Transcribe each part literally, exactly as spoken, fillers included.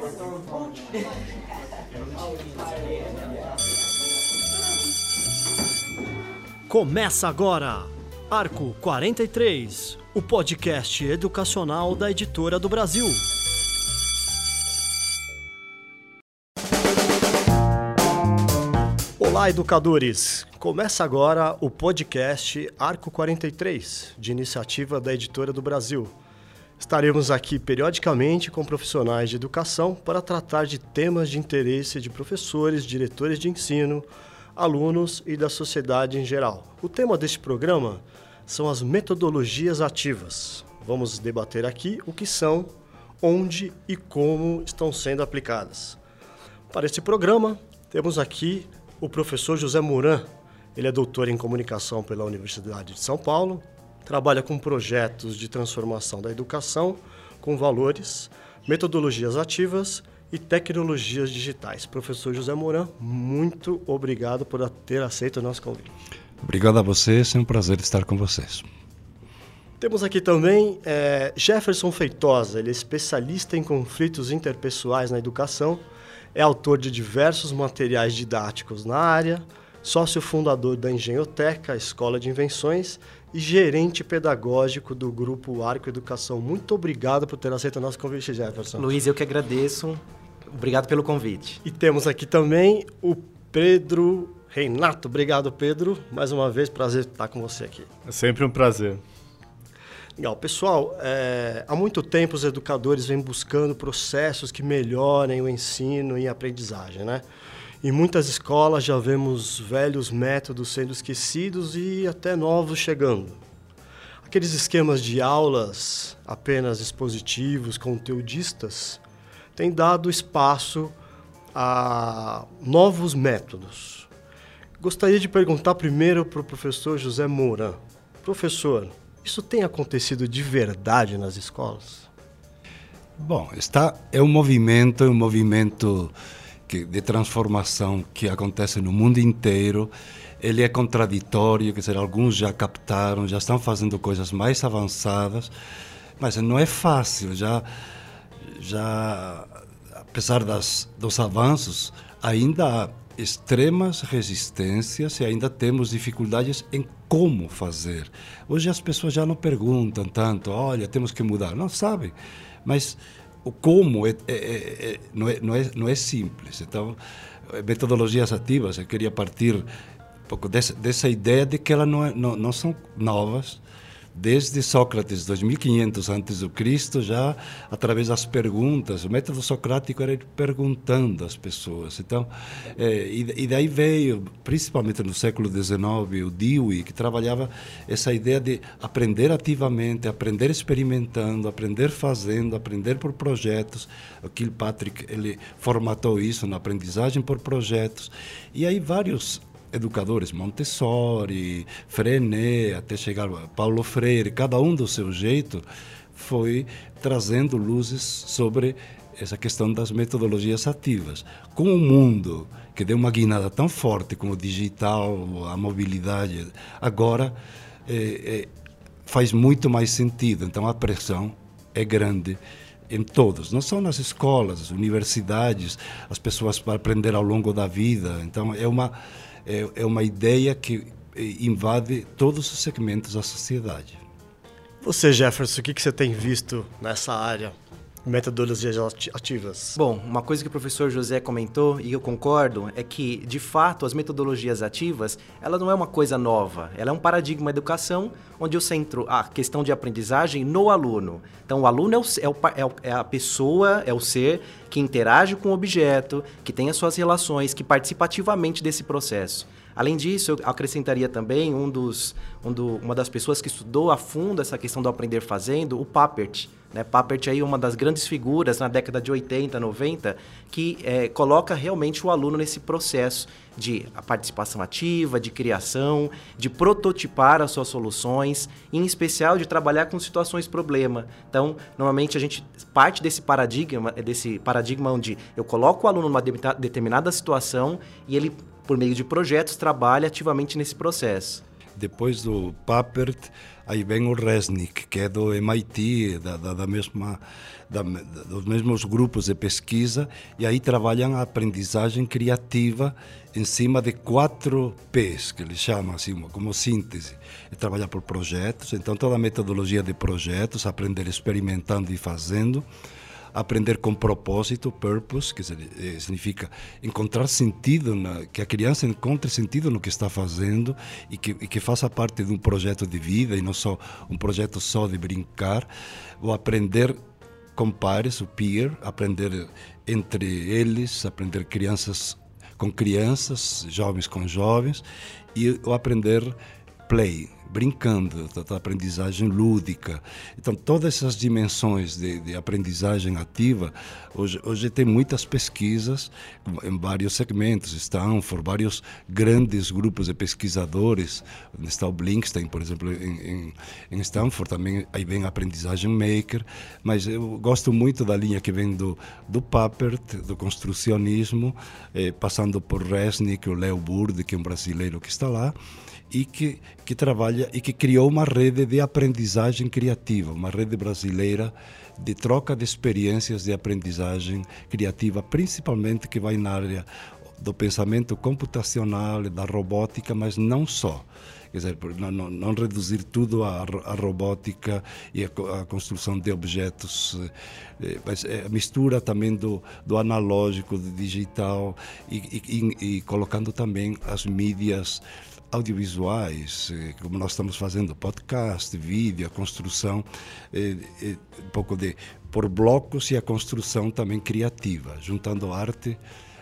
Começa agora, Arco quarenta e três, o podcast educacional da Editora do Brasil. Olá, educadores! Começa agora o podcast Arco quarenta e três, de iniciativa da Editora do Brasil. Estaremos aqui periodicamente com profissionais de educação para tratar de temas de interesse de professores, diretores de ensino, alunos e da sociedade em geral. O tema deste programa são as metodologias ativas. Vamos debater aqui o que são, onde e como estão sendo aplicadas. Para este programa, temos aqui o professor José Moran. Ele é doutor em comunicação pela Universidade de São Paulo, trabalha com projetos de transformação da educação, com valores, metodologias ativas e tecnologias digitais. Professor José Moran, muito obrigado por ter aceito o nosso convite. Obrigado a vocês, é um prazer estar com vocês. Temos aqui também é, Jefferson Feitosa, ele é especialista em conflitos interpessoais na educação, é autor de diversos materiais didáticos na área, sócio fundador da Engenhoteca, Escola de Invenções, e gerente pedagógico do Grupo Arco Educação. Muito obrigado por ter aceito o nosso convite, Jefferson. Luiz, eu que agradeço. Obrigado pelo convite. E temos aqui também o Pedro Reinato. Obrigado, Pedro. Mais uma vez, prazer estar com você aqui. É sempre um prazer. Legal. Pessoal, é, há muito tempo os educadores vêm buscando processos que melhorem o ensino e a aprendizagem, né? Em muitas escolas já vemos velhos métodos sendo esquecidos e até novos chegando. Aqueles esquemas de aulas apenas expositivos, conteudistas, têm dado espaço a novos métodos. Gostaria de perguntar primeiro para o professor José Moran. Professor, isso tem acontecido de verdade nas escolas? Bom, está, é um movimento, é um movimento de transformação que acontece no mundo inteiro. Ele é contraditório, quer dizer, alguns já captaram, já estão fazendo coisas mais avançadas, mas não é fácil, já, já apesar das, dos avanços, ainda há extremas resistências e ainda temos dificuldades em como fazer. Hoje as pessoas já não perguntam tanto, olha, temos que mudar, não sabem, mas o como é, é, é, não, é, não, é, não é simples. Então, metodologias ativas, eu queria partir um pouco dessa, dessa ideia de que elas não, é, não, não são novas. Desde Sócrates, dois mil e quinhentos antes do Cristo, já através das perguntas, o método socrático era ir perguntando às pessoas. Então, é, e, e daí veio, principalmente no século dezenove, o Dewey, que trabalhava essa ideia de aprender ativamente, aprender experimentando, aprender fazendo, aprender por projetos. O Kilpatrick, ele formatou isso na aprendizagem por projetos. E aí vários educadores, Montessori, Freinet, até chegar a Paulo Freire, cada um do seu jeito, foi trazendo luzes sobre essa questão das metodologias ativas. Com o mundo que deu uma guinada tão forte como o digital, a mobilidade, agora é, é, faz muito mais sentido. Então a pressão é grande em todos, não só nas escolas, as universidades, as pessoas para aprender ao longo da vida. Então é uma É uma ideia que invade todos os segmentos da sociedade. Você, Jefferson, o que você tem visto nessa área, metodologias ativas? Bom, uma coisa que o professor José comentou, e eu concordo, é que, de fato, as metodologias ativas, ela não é uma coisa nova. Ela é um paradigma da educação, onde eu centro a questão de aprendizagem no aluno. Então, o aluno é, o, é, o, é a pessoa, é o ser que interage com o objeto, que tem as suas relações, que participa ativamente desse processo. Além disso, eu acrescentaria também um dos, um do, uma das pessoas que estudou a fundo essa questão do aprender fazendo, o Papert. Né? Papert é uma das grandes figuras na década de oitenta, noventa, que é, coloca realmente o aluno nesse processo de participação ativa, de criação, de prototipar as suas soluções, e, em especial de trabalhar com situações problema. Então, normalmente a gente parte desse paradigma, desse paradigma onde eu coloco o aluno numa determinada situação e ele, por meio de projetos, trabalha ativamente nesse processo. depois do Papert, aí vem o Resnick, que é do M I T, da, da, da mesma, da, dos mesmos grupos de pesquisa, e aí trabalham a aprendizagem criativa em cima de quatro P's, que eles chamam assim, como síntese. É trabalhar por projetos, então toda a metodologia de projetos, aprender experimentando e fazendo, aprender com propósito, purpose, que significa encontrar sentido, na, que a criança encontre sentido no que está fazendo e que, e que faça parte de um projeto de vida e não só um projeto só de brincar. Ou aprender com pares, o peer, aprender entre eles, aprender crianças com crianças, jovens com jovens, e o aprender play, brincando, da aprendizagem lúdica. Então, todas essas dimensões de, de aprendizagem ativa, hoje, hoje tem muitas pesquisas em vários segmentos, Stanford, vários grandes grupos de pesquisadores, onde está o Blinkstein, por exemplo, em, em, em Stanford, também aí vem a aprendizagem maker, mas eu gosto muito da linha que vem do, do Papert, do construcionismo, eh, passando por Resnick, o Leo Burdi, que é um brasileiro que está lá, e que, que trabalha e que criou uma rede de aprendizagem criativa, uma rede brasileira de troca de experiências de aprendizagem criativa, principalmente que vai na área do pensamento computacional, da robótica, mas não só. Quer dizer, não, não, não reduzir tudo à, à robótica e à construção de objetos, mas é a mistura também do, do analógico, do digital e, e, e colocando também as mídias audiovisuais, como nós estamos fazendo, podcast, vídeo, a construção, eh, eh, um pouco de por blocos e a construção também criativa, juntando arte,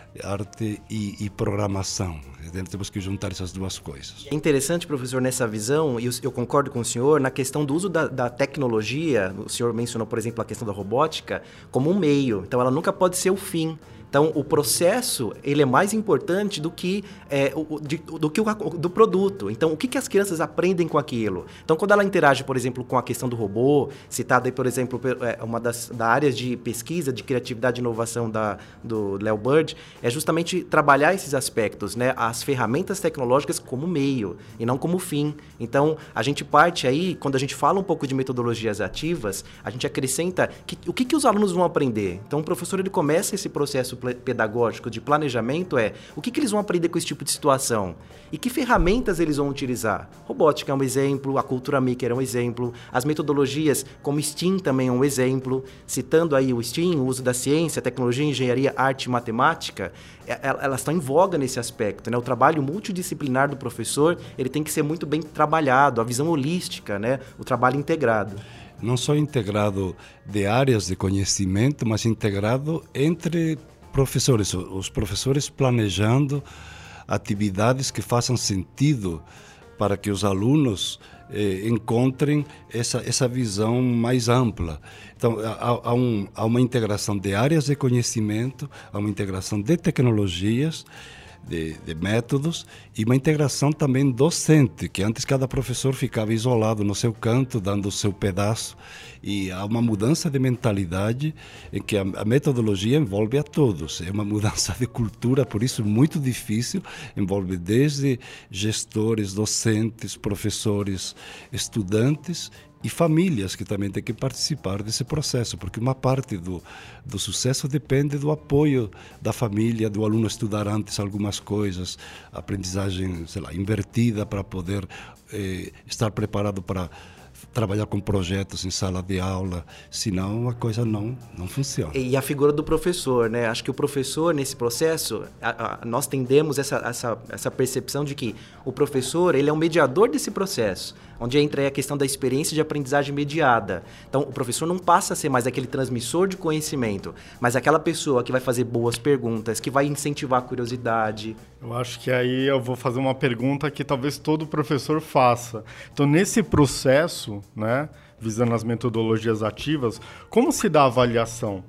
arte e, e programação. Temos que juntar essas duas coisas. É interessante, professor, nessa visão, e eu concordo com o senhor, na questão do uso da, da tecnologia. O senhor mencionou, por exemplo, a questão da robótica como um meio, então ela nunca pode ser o fim. Então, o processo, ele é mais importante do que, é, o, de, do, que o do produto. Então, o que, que as crianças aprendem com aquilo? Então, quando ela interage, por exemplo, com a questão do robô, citada aí, por exemplo, uma das da áreas de pesquisa, de criatividade e inovação da, do Leo Burdi, é justamente trabalhar esses aspectos, né? As ferramentas tecnológicas como meio e não como fim. Então, a gente parte aí, quando a gente fala um pouco de metodologias ativas, a gente acrescenta que, o que, que os alunos vão aprender. Então, o professor, ele começa esse processo pedagógico de planejamento é o que, que eles vão aprender com esse tipo de situação e que ferramentas eles vão utilizar. Robótica é um exemplo, a cultura maker é um exemplo, as metodologias como STEAM também é um exemplo, citando aí o STEAM, o uso da ciência, tecnologia, engenharia, arte e matemática, elas estão em voga nesse aspecto, né? O trabalho multidisciplinar do professor, ele tem que ser muito bem trabalhado, a visão holística, né? O trabalho integrado. Não só integrado de áreas de conhecimento, mas integrado entre professores, os professores planejando atividades que façam sentido para que os alunos eh, encontrem essa, essa visão mais ampla. Então, há, há, um, há uma integração de áreas de conhecimento, há uma integração de tecnologias, De, de métodos e uma integração também docente, que antes cada professor ficava isolado no seu canto, dando o seu pedaço, e há uma mudança de mentalidade em que a, a metodologia envolve a todos, é uma mudança de cultura, por isso muito difícil, envolve desde gestores, docentes, professores, estudantes e famílias que também têm que participar desse processo, porque uma parte do, do sucesso depende do apoio da família, do aluno estudar antes algumas coisas, aprendizagem, sei lá, invertida para poder eh, estar preparado para trabalhar com projetos em sala de aula, senão a coisa não, não funciona. E a figura do professor, né? Acho que o professor, nesse processo, a, a, nós tendemos essa, essa, essa percepção de que o professor, ele é um mediador desse processo, onde entra aí a questão da experiência de aprendizagem mediada. Então, o professor não passa a ser mais aquele transmissor de conhecimento, mas aquela pessoa que vai fazer boas perguntas, que vai incentivar a curiosidade. Eu acho que aí eu vou fazer uma pergunta que talvez todo professor faça. Então, nesse processo, né, visando as metodologias ativas, como se dá a avaliação?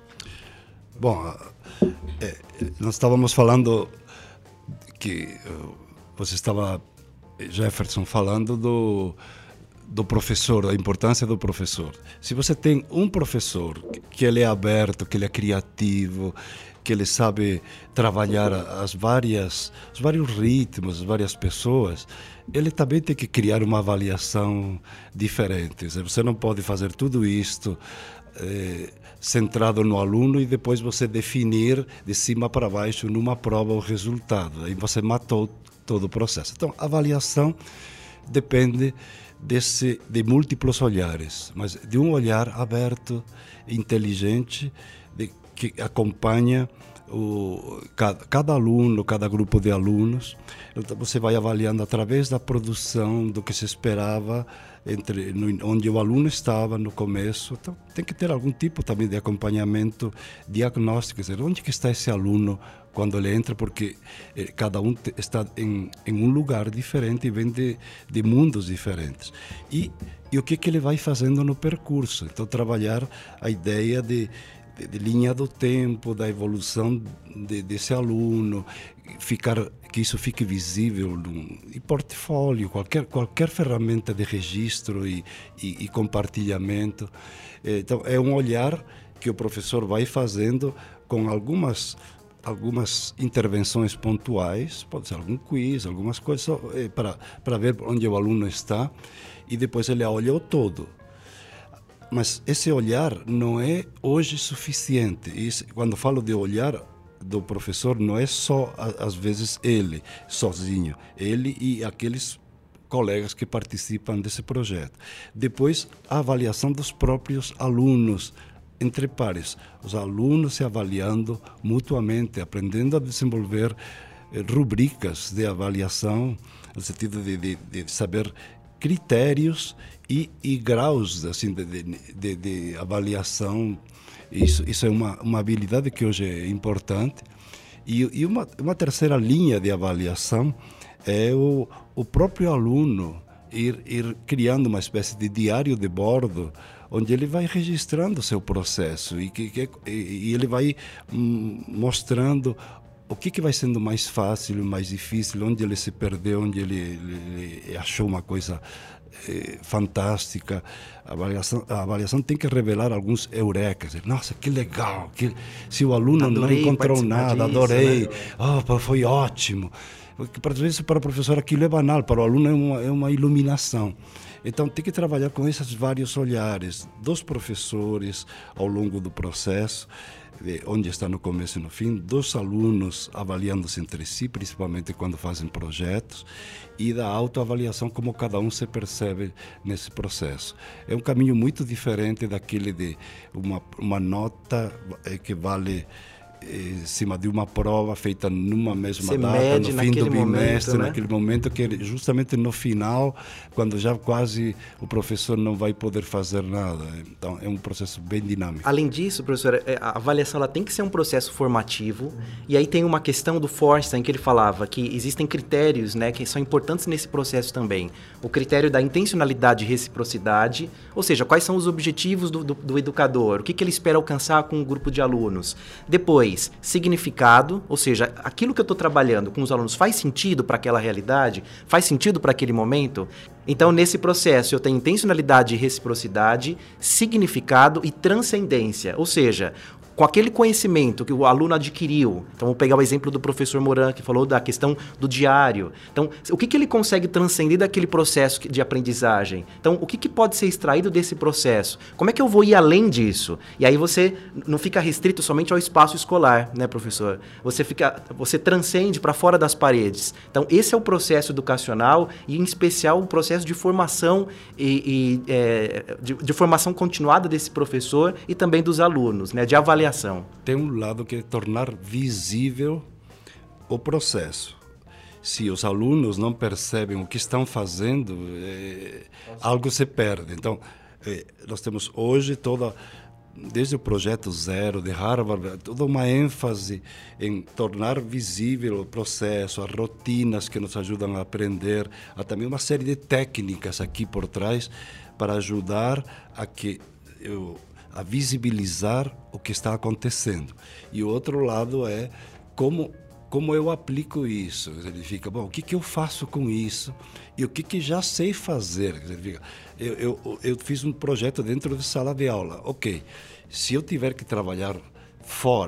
Bom, é, nós estávamos falando que você estava, Jefferson, falando do, do professor, da importância do professor. Se você tem um professor que ele é aberto, que ele é criativo, que ele sabe trabalhar as várias, os vários ritmos, as várias pessoas, ele também tem que criar uma avaliação diferente. Você não pode fazer tudo isto eh, centrado no aluno e depois você definir de cima para baixo numa prova o resultado. Aí você matou todo o processo. Então, a avaliação depende desse, de múltiplos olhares, mas de um olhar aberto, inteligente, de, que acompanha o, cada, cada aluno, cada grupo de alunos. Então, você vai avaliando através da produção do que se esperava, entre no, onde o aluno estava no começo. Então, tem que ter algum tipo também de acompanhamento diagnóstico, quer dizer, onde que está esse aluno quando ele entra, porque eh, cada um te, está em, em um lugar diferente e vem de, de mundos diferentes. E, e o que, que ele vai fazendo no percurso. Então, trabalhar a ideia de, de, de linha do tempo, da evolução de, desse aluno, ficar, que isso fique visível em portfólio, qualquer, qualquer ferramenta de registro e, e, e compartilhamento. Então, é um olhar que o professor vai fazendo com algumas algumas intervenções pontuais, pode ser algum quiz, algumas coisas, para, para ver onde o aluno está, e depois ele olha o todo. Mas esse olhar não é hoje suficiente. E quando falo de olhar do professor, não é só, às vezes, ele, sozinho, ele e aqueles colegas que participam desse projeto. Depois, a avaliação dos próprios alunos, entre pares, os alunos se avaliando mutuamente, aprendendo a desenvolver eh, rubricas de avaliação, no sentido de, de, de saber critérios e, e graus assim, de, de, de avaliação. Isso, isso é uma, uma habilidade que hoje é importante. E, e uma, uma terceira linha de avaliação é o, o próprio aluno ir, ir criando uma espécie de diário de bordo, onde ele vai registrando o seu processo e, que, que, e ele vai hum, mostrando o que, que vai sendo mais fácil, mais difícil, onde ele se perdeu, onde ele, ele, ele achou uma coisa eh, fantástica. A avaliação, a avaliação tem que revelar alguns eurecas. Nossa, que legal! Que, se o aluno adorei não encontrou nada, disso, adorei, né? Oh, foi ótimo. Para vezes, para o professor aquilo é banal, para o aluno é uma, é uma iluminação. Então, tem que trabalhar com esses vários olhares dos professores ao longo do processo, onde está no começo e no fim, dos alunos avaliando-se entre si, principalmente quando fazem projetos, e da autoavaliação, como cada um se percebe nesse processo. É um caminho muito diferente daquele de uma, uma nota que vale em cima de uma prova feita numa mesma Você data, no fim do bimestre, momento, né? naquele momento que justamente no final, quando já quase o professor não vai poder fazer nada. Então, é um processo bem dinâmico. Além disso, professor, a avaliação ela tem que ser um processo formativo, e aí tem uma questão do Forstein que ele falava que existem critérios, né, que são importantes nesse processo também. O critério da intencionalidade e reciprocidade, ou seja, quais são os objetivos do, do, do educador, o que, que ele espera alcançar com um grupo de alunos. Depois, significado, ou seja, aquilo que eu estou trabalhando com os alunos faz sentido para aquela realidade? Faz sentido para aquele momento? Então, nesse processo, eu tenho intencionalidade e reciprocidade, significado e transcendência, ou seja, com aquele conhecimento que o aluno adquiriu. Então, vou pegar o exemplo do professor Moran, que falou da questão do diário. Então, o que, que ele consegue transcender daquele processo de aprendizagem? Então, o que, que pode ser extraído desse processo? Como é que eu vou ir além disso? E aí você não fica restrito somente ao espaço escolar, né, professor? Você, fica, você transcende para fora das paredes. Então, esse é o processo educacional e, em especial, o processo de formação e, e é, de, de formação continuada desse professor e também dos alunos, né, de avaliação. Tem um lado que é tornar visível o processo. Se os alunos não percebem o que estão fazendo, é, algo se perde. Então, é, nós temos hoje toda, desde o projeto Zero de Harvard, toda uma ênfase em tornar visível o processo, as rotinas que nos ajudam a aprender, há também uma série de técnicas aqui por trás para ajudar a que eu a visibilizar o que está acontecendo. E o outro lado é como, como eu aplico isso. Ele fica, bom, o que, que eu faço com isso? E o que, que já sei fazer? Ele fica, eu, eu, eu fiz um projeto dentro de sala de aula. Ok, se eu tiver que trabalhar fora,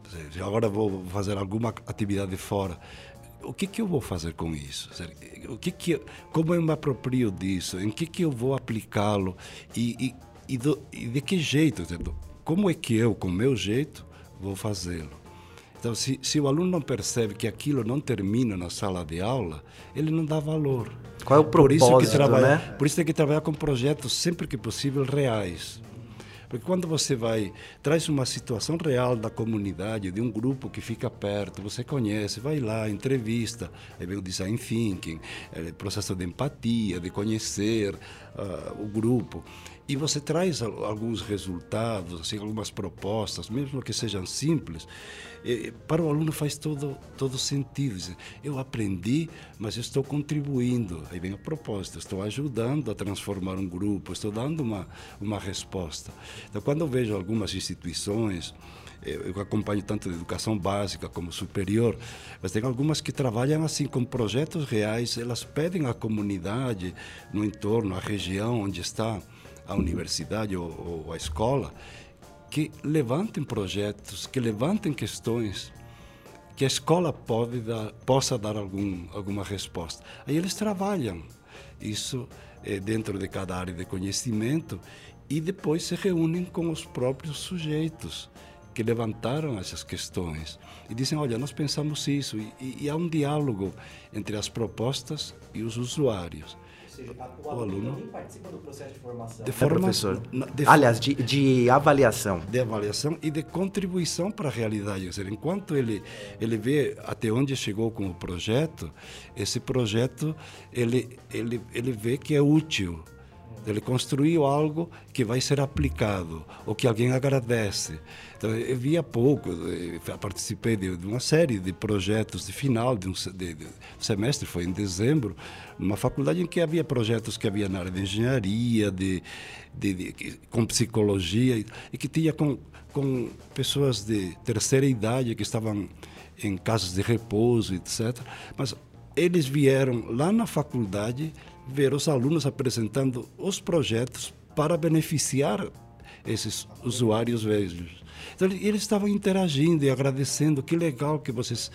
agora vou fazer alguma atividade fora. O que que eu vou fazer com isso? O que que eu, como eu me aproprio disso? Em que que eu vou aplicá-lo? E, e, e, do, e de que jeito? Como é que eu, com o meu jeito, vou fazê-lo? Então, se, se o aluno não percebe que aquilo não termina na sala de aula, ele não dá valor. Qual é o propósito, por isso que trabalha, né? Por isso tem que trabalhar com projetos, sempre que possível, reais. Porque quando você vai, traz uma situação real da comunidade, de um grupo que fica perto, você conhece, vai lá, entrevista, aí vem o design thinking, é, processo de empatia, de conhecer uh, o grupo. E você traz alguns resultados, assim, algumas propostas, mesmo que sejam simples, e, para o aluno faz todo, todo sentido. Eu aprendi, mas eu estou contribuindo. Aí vem a proposta, estou ajudando a transformar um grupo, estou dando uma, uma resposta. Então, quando eu vejo algumas instituições, eu acompanho tanto de educação básica como superior, mas tem algumas que trabalham assim com projetos reais, elas pedem à comunidade, no entorno, à região onde está a universidade ou, ou a escola, que levantem projetos, que levantem questões, que a escola pode dar, possa dar algum, alguma resposta. Aí eles trabalham isso é, dentro de cada área de conhecimento e depois se reúnem com os próprios sujeitos que levantaram essas questões e dizem, olha, nós pensamos isso, e, e, e há um diálogo entre as propostas e os usuários. Seja, o, o aluno, aluno nem participa do processo de formação. De forma, é, professor? De, Aliás, de, de avaliação. De avaliação e de contribuição para a realidade. Quer dizer, enquanto ele, ele vê até onde chegou com o projeto, esse projeto ele, ele, ele vê que é útil. Ele construiu algo que vai ser aplicado, ou que alguém agradece. Então, eu vi há pouco, eu participei de uma série de projetos de final de um de, de semestre, foi em dezembro, numa faculdade em que havia projetos que havia na área de engenharia, de, de, de, com psicologia, e que tinha com, com pessoas de terceira idade que estavam em casas de repouso, etcétera. Mas eles vieram lá na faculdade ver os alunos apresentando os projetos para beneficiar esses usuários velhos. Então, eles estavam interagindo e agradecendo, que legal que vocês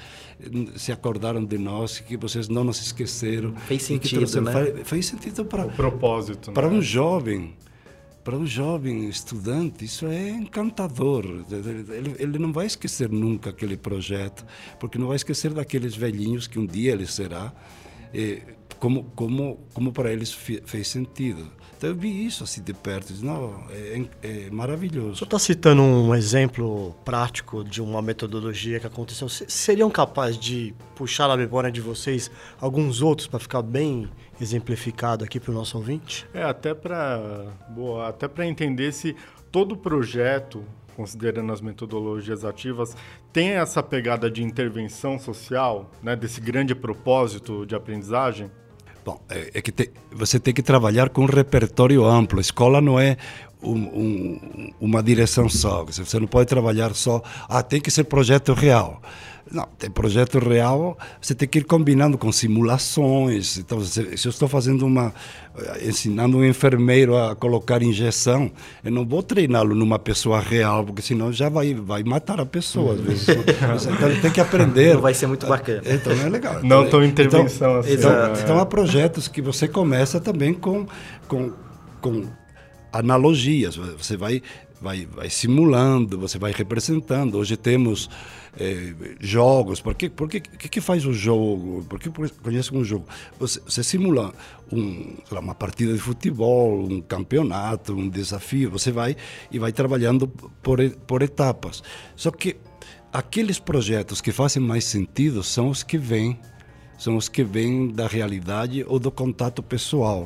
se acordaram de nós, que vocês não nos esqueceram. Fez sentido, né? Faz, fez sentido para o propósito, para né? um jovem, para um jovem estudante, isso é encantador. Ele, ele não vai esquecer nunca aquele projeto, porque não vai esquecer daqueles velhinhos que um dia ele será, e, como, como, como para eles fez sentido. Então eu vi isso assim de perto, disse, não, é, é maravilhoso. O senhor está citando um exemplo prático de uma metodologia que aconteceu. Seriam capazes de puxar na memória de vocês alguns outros para ficar bem exemplificado aqui para o nosso ouvinte? É, até para até para entender se todo projeto, considerando as metodologias ativas, tem essa pegada de intervenção social, né, desse grande propósito de aprendizagem? Bom, é, é que te, você tem que trabalhar com um repertório amplo. A escola não é um, um, uma direção só. Você não pode trabalhar só, ah, tem que ser projeto real. Não, tem projeto real, você tem que ir combinando com simulações. Então, se, se eu estou fazendo uma, ensinando um enfermeiro a colocar injeção, eu não vou treiná-lo numa pessoa real, porque senão já vai, vai matar a pessoa. Às vezes. Então, ele tem que aprender. Não vai ser muito bacana. Então, não é legal. Não então, tão intervenção então, assim. Então, né? então, há projetos que você começa também com, com, com analogias. Você vai, vai, vai simulando, você vai representando. Hoje temos eh, jogos. Por que, por que, que, que faz o jogo? Por que conhece um jogo? Você, você simula um, sei lá, uma partida de futebol, um campeonato, um desafio. Você vai e vai trabalhando por, por etapas. Só que aqueles projetos que fazem mais sentido são os que vêm, são os que vêm da realidade ou do contato pessoal.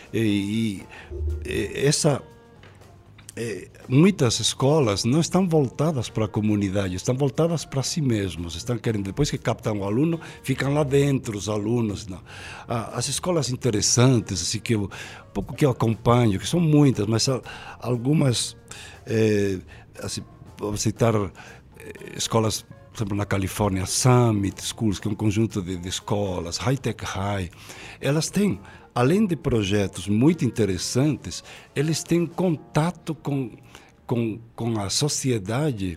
E, e essa, é, muitas escolas não estão voltadas para a comunidade, estão voltadas para si mesmos. Estão querendo, depois que captam o aluno, ficam lá dentro os alunos. Não. As escolas interessantes, assim, que eu, um pouco que eu acompanho, que são muitas, mas algumas, é, assim, vou citar é, escolas, por exemplo, na Califórnia, Summit Schools, que é um conjunto de, de escolas, High Tech High, elas têm, além de projetos muito interessantes, eles têm contato com, com, com a sociedade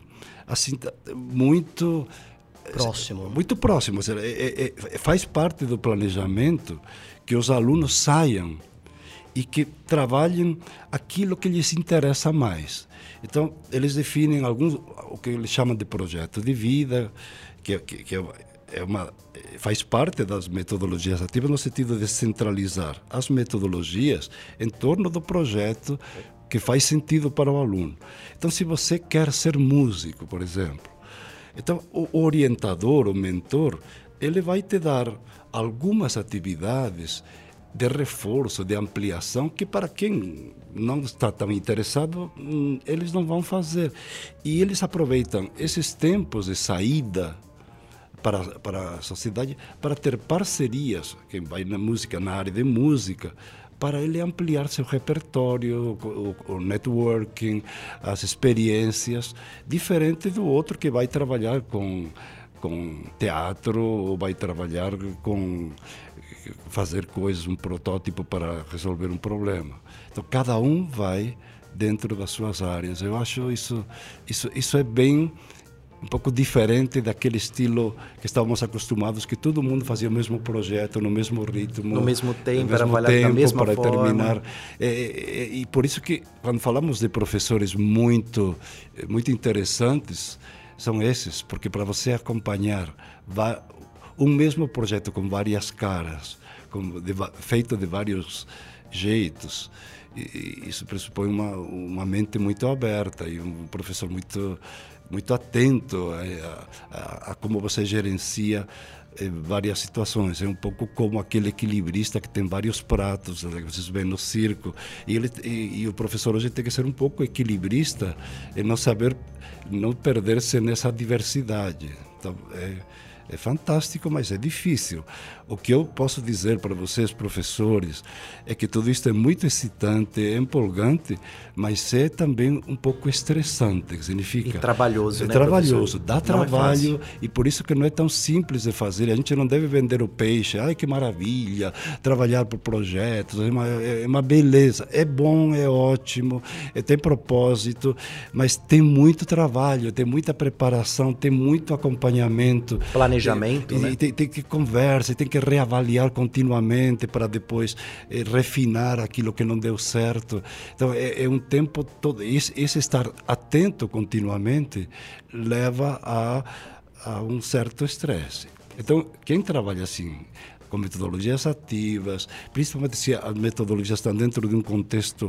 assim, muito... Próximo. Muito próximo. É, é, é, faz parte do planejamento que os alunos saiam e que trabalhem aquilo que lhes interessa mais. Então, eles definem alguns, o que eles chamam de projeto de vida, que, que, que é uma, faz parte das metodologias ativas no sentido de centralizar as metodologias em torno do projeto que faz sentido para o aluno. Então, se você quer ser músico, por exemplo, então, o orientador, o mentor, ele vai te dar algumas atividades de reforço, de ampliação, que para quem não está tão interessado, eles não vão fazer. E eles aproveitam esses tempos de saída para, para a sociedade para ter parcerias, quem vai na música, na área de música, para ele ampliar seu repertório, o, o networking, as experiências, diferente do outro que vai trabalhar com, com teatro, ou vai trabalhar com fazer coisas, um protótipo para resolver um problema. Então, cada um vai dentro das suas áreas. Eu acho isso, isso, isso é bem... um pouco diferente daquele estilo que estávamos acostumados, que todo mundo fazia o mesmo projeto, no mesmo ritmo, no mesmo tempo, no mesmo trabalhar tempo, da mesma para forma. terminar. É, é, e por isso que, quando falamos de professores muito, muito interessantes, são esses, porque para você acompanhar um mesmo projeto com várias caras, com, de, feito de vários jeitos, e, isso pressupõe uma, uma mente muito aberta e um professor muito... muito atento a, a, a como você gerencia eh, várias situações. É um pouco como aquele equilibrista que tem vários pratos, né, que vocês veem no circo. E, ele, e, e o professor hoje tem que ser um pouco equilibrista e não saber, não perder-se nessa diversidade. Então, é, é fantástico, mas é difícil. O que eu posso dizer para vocês, professores, é que tudo isso é muito excitante, é empolgante, mas é também um pouco estressante, que significa... E trabalhoso, é né, trabalhoso, professor? dá Não trabalho, é e por isso que não é tão simples de fazer. A gente não deve vender o peixe, ai que maravilha, trabalhar por projetos, é uma, é uma beleza, é bom, é ótimo, é, tem propósito, mas tem muito trabalho, tem muita preparação, tem muito acompanhamento. Planejamento, e, né? E tem, tem que conversa, tem que reavaliar continuamente para depois eh, refinar aquilo que não deu certo. Então, é, é um tempo todo. Esse, esse estar atento continuamente leva a, a um certo estresse. Então, quem trabalha assim, com metodologias ativas, principalmente se as metodologias estão dentro de um contexto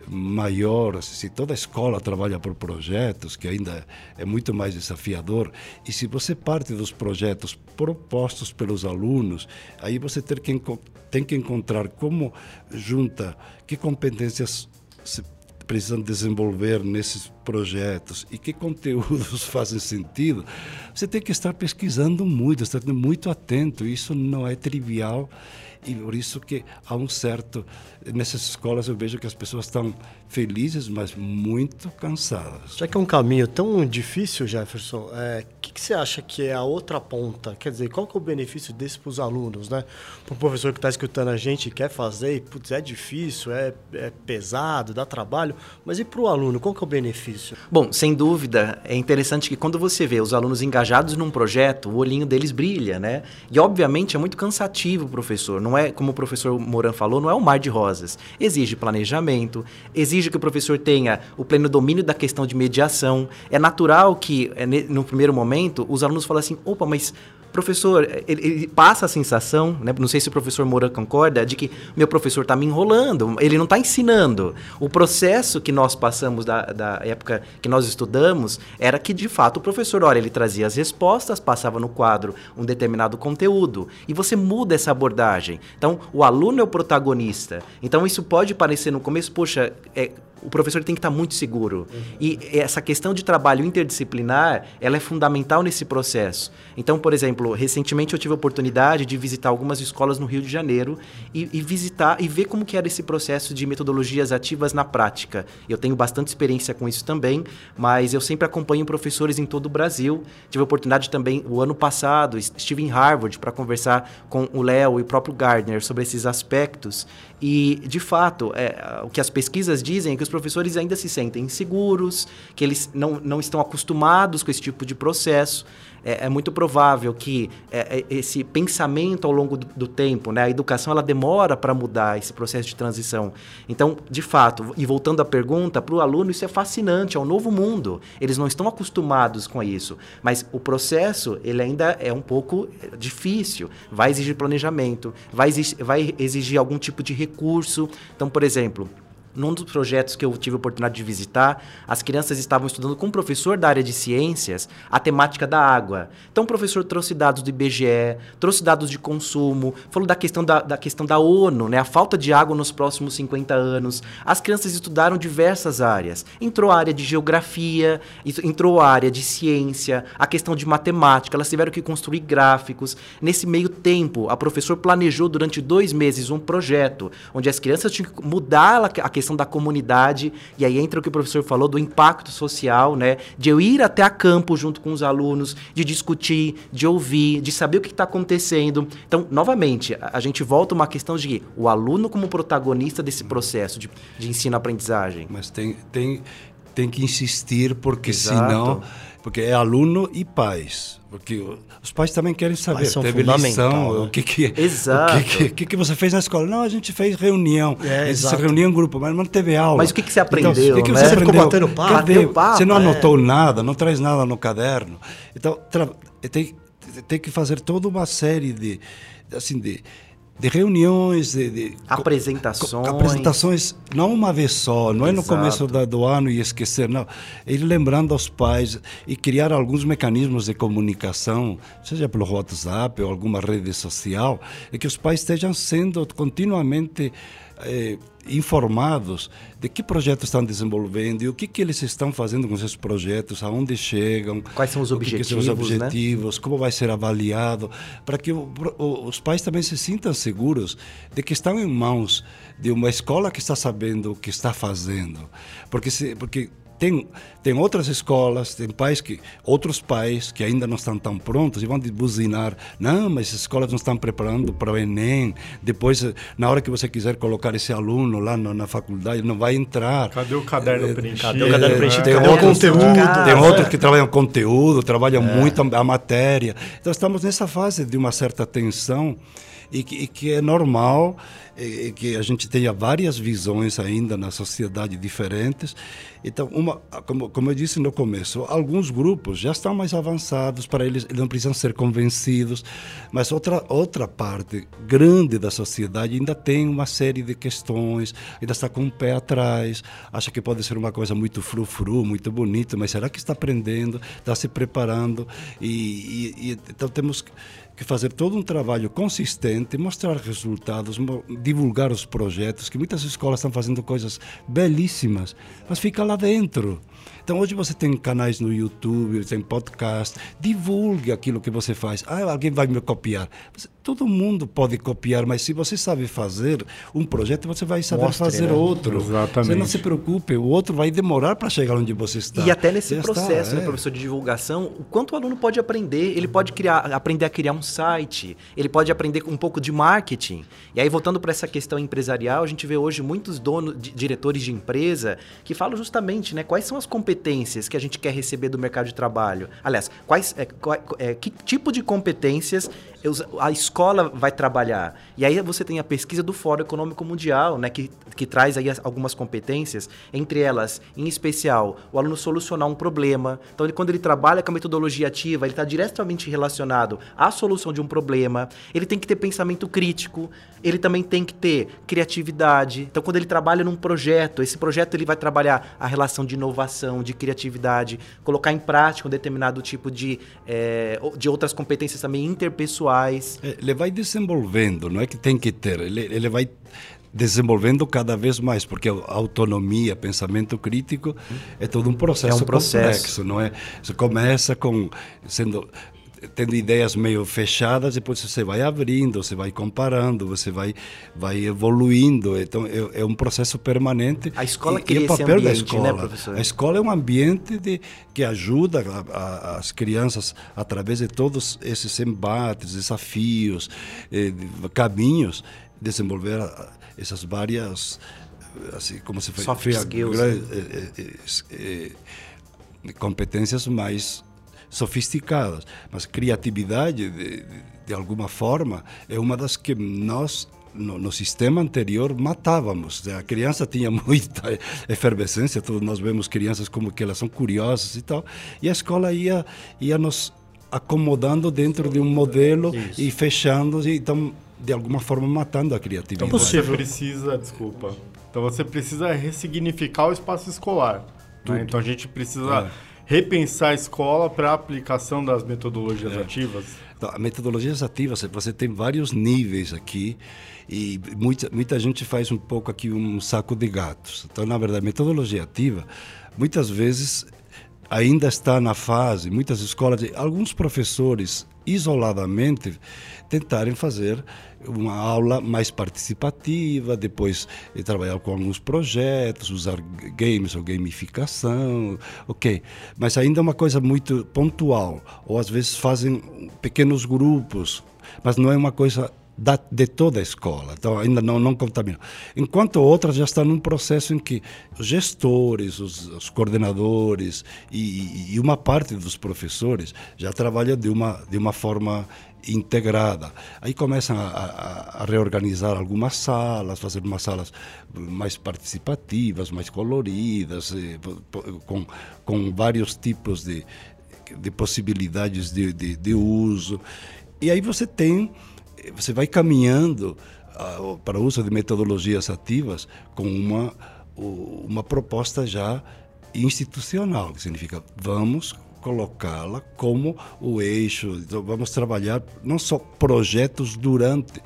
maior, se toda a escola trabalha por projetos, que ainda é muito mais desafiador, e se você parte dos projetos propostos pelos alunos, aí você tem que, tem que encontrar como junta, que competências se precisam desenvolver nesses projetos e que conteúdos fazem sentido. Você tem que estar pesquisando muito, estar muito atento. Isso não é trivial e por isso que há um certo... Nessas escolas eu vejo que as pessoas estão felizes, mas muito cansadas. Já que é um caminho tão difícil, Jefferson, é, o que, que você acha que é a outra ponta? Quer dizer, qual que é o benefício desse para os alunos, né? Para o professor que está escutando a gente e quer fazer, e, putz, é difícil, é, é pesado, dá trabalho, mas e para o aluno, qual que é o benefício? Bom, sem dúvida, é interessante que quando você vê os alunos engajados num projeto, o olhinho deles brilha, né? E, obviamente, é muito cansativo, professor. Não é, como o professor Moran falou, não é um mar de rosas. Exige planejamento, exige que o professor tenha o pleno domínio da questão de mediação. É natural que, no primeiro momento, os alunos falem assim, opa, mas... Professor, ele, ele passa a sensação, né, não sei se o professor Moran concorda, de que meu professor está me enrolando, ele não está ensinando. O processo que nós passamos da, da época que nós estudamos era que, de fato, o professor, olha, ele trazia as respostas, passava no quadro um determinado conteúdo, e você muda essa abordagem. Então, o aluno é o protagonista. Então, isso pode parecer no começo, poxa, é... o professor tem que estar muito seguro. Uhum. E essa questão de trabalho interdisciplinar, ela é fundamental nesse processo. Então, por exemplo, recentemente eu tive a oportunidade de visitar algumas escolas no Rio de Janeiro e, e visitar e ver como que era esse processo de metodologias ativas na prática. Eu tenho bastante experiência com isso também, mas eu sempre acompanho professores em todo o Brasil. Tive a oportunidade também, o ano passado, estive em Harvard para conversar com o Léo e o próprio Gardner sobre esses aspectos. E, de fato, é, o que as pesquisas dizem é que os professores ainda se sentem inseguros, que eles não, não estão acostumados com esse tipo de processo. É, é muito provável que é, esse pensamento ao longo do, do tempo, né, a educação ela demora para mudar esse processo de transição. Então, de fato, e voltando à pergunta, para o aluno isso é fascinante, é um novo mundo. Eles não estão acostumados com isso, mas o processo ele ainda é um pouco difícil, vai exigir planejamento, vai exigir, vai exigir algum tipo de recurso. Então, por exemplo, num dos projetos que eu tive a oportunidade de visitar, as crianças estavam estudando com um professor da área de ciências a temática da água. Então, o professor trouxe dados do I B G E, trouxe dados de consumo, falou da questão da, da, questão da ONU, né? A falta de água nos próximos cinquenta anos. As crianças estudaram diversas áreas. Entrou a área de geografia, entrou a área de ciência, a questão de matemática, elas tiveram que construir gráficos. Nesse meio tempo, a professora planejou durante dois meses um projeto, onde as crianças tinham que mudar a questão da comunidade, e aí entra o que o professor falou do impacto social, né? De eu ir até a campo junto com os alunos, de discutir, de ouvir, de saber o que está acontecendo. Então, novamente, a, a gente volta a uma questão de o aluno como protagonista desse processo de, de ensino-aprendizagem. Mas tem, tem, tem que insistir, porque Exato. senão... Porque é aluno e pais. Porque os pais também querem saber. Teve lição, né? o que que, Exato. o que, que, que você fez na escola? Não, a gente fez reunião. É, a gente se exato. reuniu em grupo, mas não teve aula. Mas o que, que você aprendeu? Então, o que, que né? você Você ficou aprendeu? batendo papo? Cadê? Bateu papo, Você não é. anotou nada, não traz nada no caderno. Então, tra... tem, tem que fazer toda uma série de... assim, de de reuniões, de, de apresentações. apresentações, não uma vez só, não é no Exato. começo da, do ano e esquecer, não. Ele lembrando aos pais e criar alguns mecanismos de comunicação, seja pelo WhatsApp ou alguma rede social, e que os pais estejam sendo continuamente eh, informados de que projetos estão desenvolvendo e o que, que eles estão fazendo com esses projetos, aonde chegam, quais são os objetivos, que que são os né? objetivos, como vai ser avaliado, para que o, o, os pais também se sintam seguros de que estão em mãos de uma escola que está sabendo o que está fazendo, porque se, porque Tem, tem outras escolas, tem pais que, outros pais que ainda não estão tão prontos e vão buzinar. Não, mas as escolas não estão preparando para o Enem. Depois, na hora que você quiser colocar esse aluno lá no, na faculdade, não vai entrar. Cadê o caderno preenchido? Cadê o caderno preenchido? Tem Cadê o outros, conteúdo? tem outros que trabalham conteúdo, trabalham é. muito a, a matéria. Então, estamos nessa fase de uma certa tensão e que, e que é normal e, e que a gente tenha várias visões ainda na sociedade diferentes. Então, uma, como, como eu disse no começo, alguns grupos já estão mais avançados, para eles, eles não precisam ser convencidos, mas outra, outra parte grande da sociedade ainda tem uma série de questões, ainda está com o pé atrás, acha que pode ser uma coisa muito frufru, muito bonita, mas será que está aprendendo, está se preparando? E, e, e, então temos que fazer todo um trabalho consistente, mostrar resultados, divulgar os projetos, que muitas escolas estão fazendo coisas belíssimas, mas fica lá dentro. Então, hoje você tem canais no YouTube, tem podcast, divulgue aquilo que você faz. Ah, alguém vai me copiar. Todo mundo pode copiar, mas se você sabe fazer um projeto, você vai saber Mostre, fazer né? outro. Exatamente. Você não se preocupe, o outro vai demorar para chegar onde você está. E até nesse Já processo, está, né, é. professor, de divulgação, o quanto o aluno pode aprender, ele pode criar, aprender a criar um site, ele pode aprender um pouco de marketing. E aí, voltando para essa questão empresarial, a gente vê hoje muitos donos, diretores de empresa, que falam justamente, né, quais são as competências que a gente quer receber do mercado de trabalho. Aliás, quais, é, qual, é, que tipo de competências a escola vai trabalhar. E aí você tem a pesquisa do Fórum Econômico Mundial, né, que, que traz aí algumas competências, entre elas, em especial, o aluno solucionar um problema. Então, ele, quando ele trabalha com a metodologia ativa, ele está diretamente relacionado à solução de um problema. Ele tem que ter pensamento crítico, ele também tem que ter criatividade. Então, quando ele trabalha num projeto, esse projeto ele vai trabalhar a relação de inovação, de criatividade, colocar em prática um determinado tipo de, é, de outras competências também interpessoais. Ele vai desenvolvendo, não é que tem que ter, ele, ele vai desenvolvendo cada vez mais, porque a autonomia, pensamento crítico é todo um processo, é um processo. complexo, não é? Você começa com sendo tendo ideias meio fechadas, depois você vai abrindo, você vai comparando, você vai vai evoluindo. Então é, é um processo permanente. A escola e, cria e o papel esse ambiente, da escola, né, professor? A escola é um ambiente de, que ajuda a, a, as crianças através de todos esses embates, desafios, eh, caminhos, desenvolver essas várias assim, como se Soft fala, skills, é, é, é, competências mais sofisticadas, mas criatividade, de, de alguma forma, é uma das que nós, no, no sistema anterior, matávamos. A criança tinha muita efervescência, todos nós vemos crianças como que elas são curiosas e tal, e a escola ia, ia nos acomodando dentro de um modelo Isso. e fechando, então, de alguma forma, matando a criatividade. Então você precisa, desculpa, então você precisa ressignificar o espaço escolar. Né? Então a gente precisa... É. repensar a escola para a aplicação das metodologias é. ativas? Então, metodologias ativas, você tem vários níveis aqui e muita, muita gente faz um pouco aqui um saco de gatos. Então, na verdade, metodologia ativa, muitas vezes ainda está na fase, muitas escolas, alguns professores isoladamente tentarem fazer uma aula mais participativa, depois trabalhar com alguns projetos, usar games ou gamificação, ok. Mas ainda é uma coisa muito pontual, ou às vezes fazem pequenos grupos, mas não é uma coisa da, de toda a escola, então ainda não, não contamina. Enquanto outras já estão num processo em que os gestores, os, os coordenadores e, e uma parte dos professores já trabalham de uma, de uma forma integrada. Aí começam a, a, a reorganizar algumas salas, fazer umas salas mais participativas, mais coloridas, eh, com, com vários tipos de, de possibilidades de, de, de uso. E aí você tem, você vai caminhando uh, para o uso de metodologias ativas com uma, uma proposta já institucional, que significa vamos colocá-la como o eixo. Então, vamos trabalhar não só projetos durante,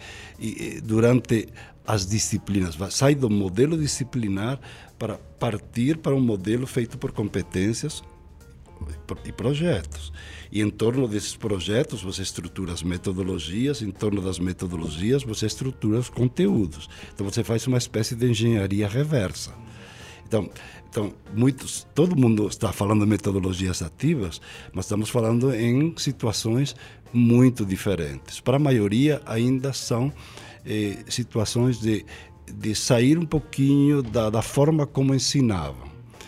durante as disciplinas, sai do modelo disciplinar para partir para um modelo feito por competências e projetos. E em torno desses projetos você estrutura as metodologias, em torno das metodologias você estrutura os conteúdos. Então você faz uma espécie de engenharia reversa. Então, então muitos, todo mundo está falando de metodologias ativas, mas estamos falando em situações muito diferentes. Para a maioria ainda são eh, situações de, de sair um pouquinho da, da forma como ensinavam.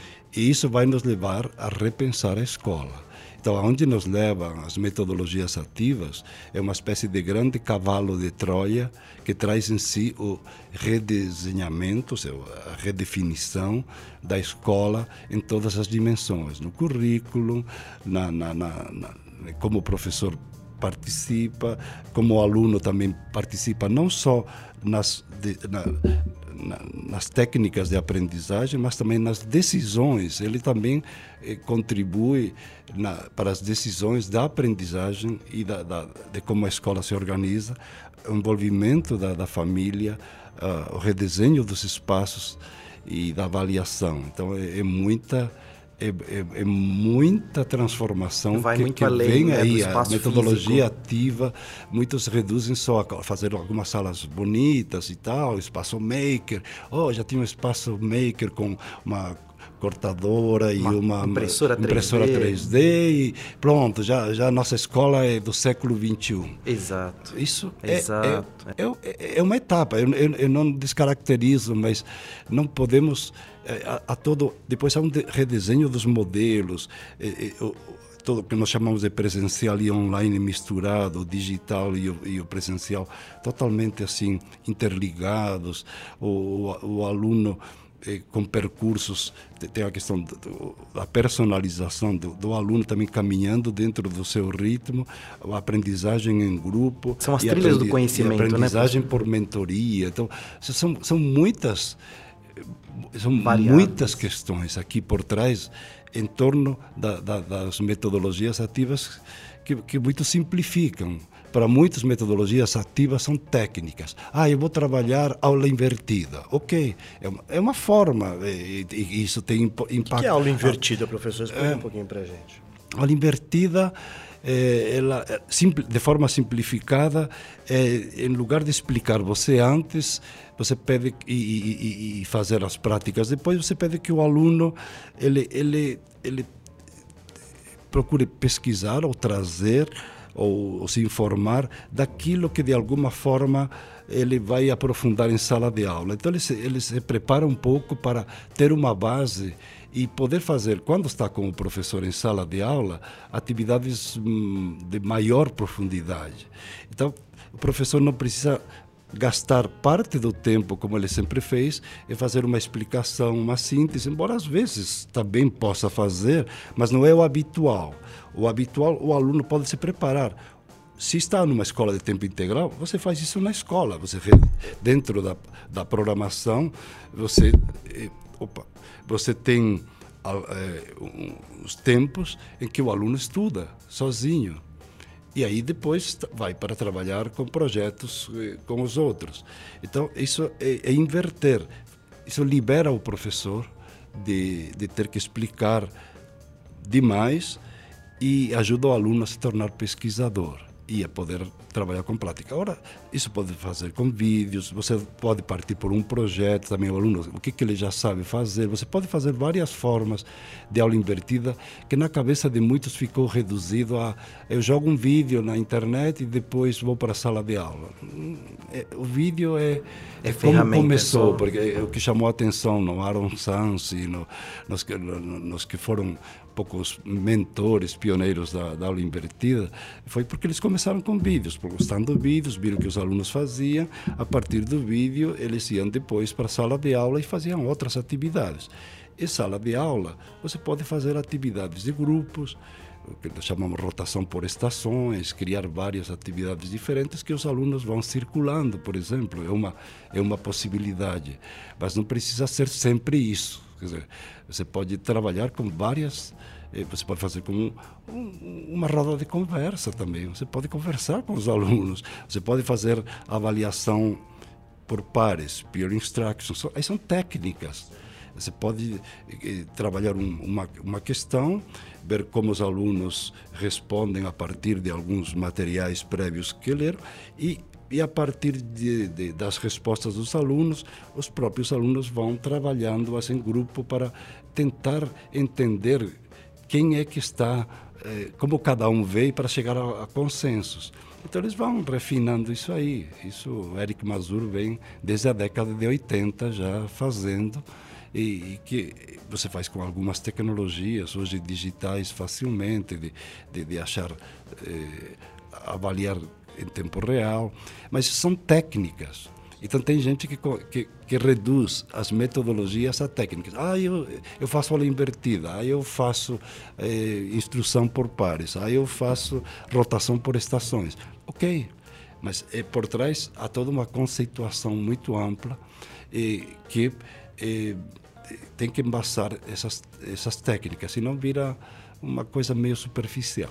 E isso vai nos levar a repensar a escola. Então, aonde nos levam as metodologias ativas é uma espécie de grande cavalo de Troia que traz em si o redesenhamento, ou seja, a redefinição da escola em todas as dimensões, no currículo, na, na, na, na, como o professor participa, como o aluno também participa, não só nas, de, na, na, nas técnicas de aprendizagem, mas também nas decisões. Ele também eh, contribui na, para as decisões da aprendizagem e da, da, de como a escola se organiza, o envolvimento da, da família, uh, o redesenho dos espaços e da avaliação. Então, é, é muita... É, é, é muita transformação Vai que, muito que além, vem né, aí, do a espaço metodologia físico. ativa. Muitos reduzem só a fazer algumas salas bonitas e tal, espaço maker. Oh, já tinha um espaço maker com uma cortadora uma e uma impressora, impressora três D e pronto, já, já a nossa escola é do século vinte e um. Exato. Isso é, Exato. É, é, é uma etapa, eu, eu, eu não descaracterizo, mas não podemos, a, a todo, depois há um de, redesenho dos modelos, é, é, o, tudo que nós chamamos de presencial e online misturado, o digital e o, e o presencial totalmente assim interligados, o, o, o aluno com percursos, tem a questão do, da personalização do, do aluno também caminhando dentro do seu ritmo, a aprendizagem em grupo. São as trilhas do conhecimento, né? Aprendizagem, né, por mentoria. Então, são, são muitas, são muitas questões aqui por trás em torno da, da, das metodologias ativas que, que muito simplificam. Para muitas metodologias ativas são técnicas. Ah, eu vou trabalhar aula invertida. Ok, é uma, é uma forma, e, e isso tem impacto. O que, que é aula invertida, professor? Explica é, um pouquinho para a gente. Aula invertida, é, ela, de forma simplificada, é, em lugar de explicar você antes, você pede e, e, e fazer as práticas depois, você pede que o aluno ele, ele, ele procure pesquisar ou trazer ou, ou se informar daquilo que de alguma forma ele vai aprofundar em sala de aula. Então ele se, ele se prepara um pouco para ter uma base e poder fazer, quando está com o professor em sala de aula, atividades hum, de maior profundidade. Então o professor não precisa gastar parte do tempo, como ele sempre fez, em fazer uma explicação, uma síntese, embora às vezes também possa fazer, mas não é o habitual. O habitual, o aluno pode se preparar. Se está numa escola de tempo integral, você faz isso na escola. Você dentro da, da programação, você, opa, você tem é, um, os tempos em que o aluno estuda sozinho. E aí depois vai para trabalhar com projetos com os outros. Então, isso é, é inverter. Isso libera o professor de, de ter que explicar demais e ajuda o aluno a se tornar pesquisador e a poder trabalhar com prática. Agora, isso pode fazer com vídeos, você pode partir por um projeto, também o aluno, o que, que ele já sabe fazer. Você pode fazer várias formas de aula invertida, que na cabeça de muitos ficou reduzido a eu jogo um vídeo na internet e depois vou para a sala de aula. O vídeo é, é, é como começou, só. Porque é o que chamou a atenção no Aaron Sanz e no, nos, que, nos que foram poucos mentores, pioneiros da, da aula invertida, foi porque eles começaram com vídeos, postando vídeos, viram o que os alunos faziam, a partir do vídeo eles iam depois para a sala de aula e faziam outras atividades. Em sala de aula, você pode fazer atividades de grupos, o que nós chamamos rotação por estações, criar várias atividades diferentes que os alunos vão circulando, por exemplo, é uma, é uma possibilidade, mas não precisa ser sempre isso. Quer dizer, você pode trabalhar com várias, você pode fazer com um, um, uma roda de conversa também, você pode conversar com os alunos, você pode fazer avaliação por pares, peer instruction, aí são técnicas. Você pode eh, trabalhar um, uma, uma questão, ver como os alunos respondem a partir de alguns materiais prévios que leram e E a partir de, de, das respostas dos alunos, os próprios alunos vão trabalhando assim, em grupo para tentar entender quem é que está, eh, como cada um vê, para chegar a, a consensos. Então eles vão refinando isso aí. Isso o Eric Mazur vem desde a década de oitenta já fazendo, e, e que você faz com algumas tecnologias, hoje digitais, facilmente, de, de, de achar, eh, avaliar em tempo real, mas são técnicas. Então tem gente que, que, que reduz as metodologias a técnicas. Ah, eu, eu faço aula invertida, ah, eu faço eh, instrução por pares, ah, eu faço rotação por estações. Ok, mas eh, por trás há toda uma conceituação muito ampla eh, que eh, tem que embasar essas, essas técnicas, senão vira uma coisa meio superficial.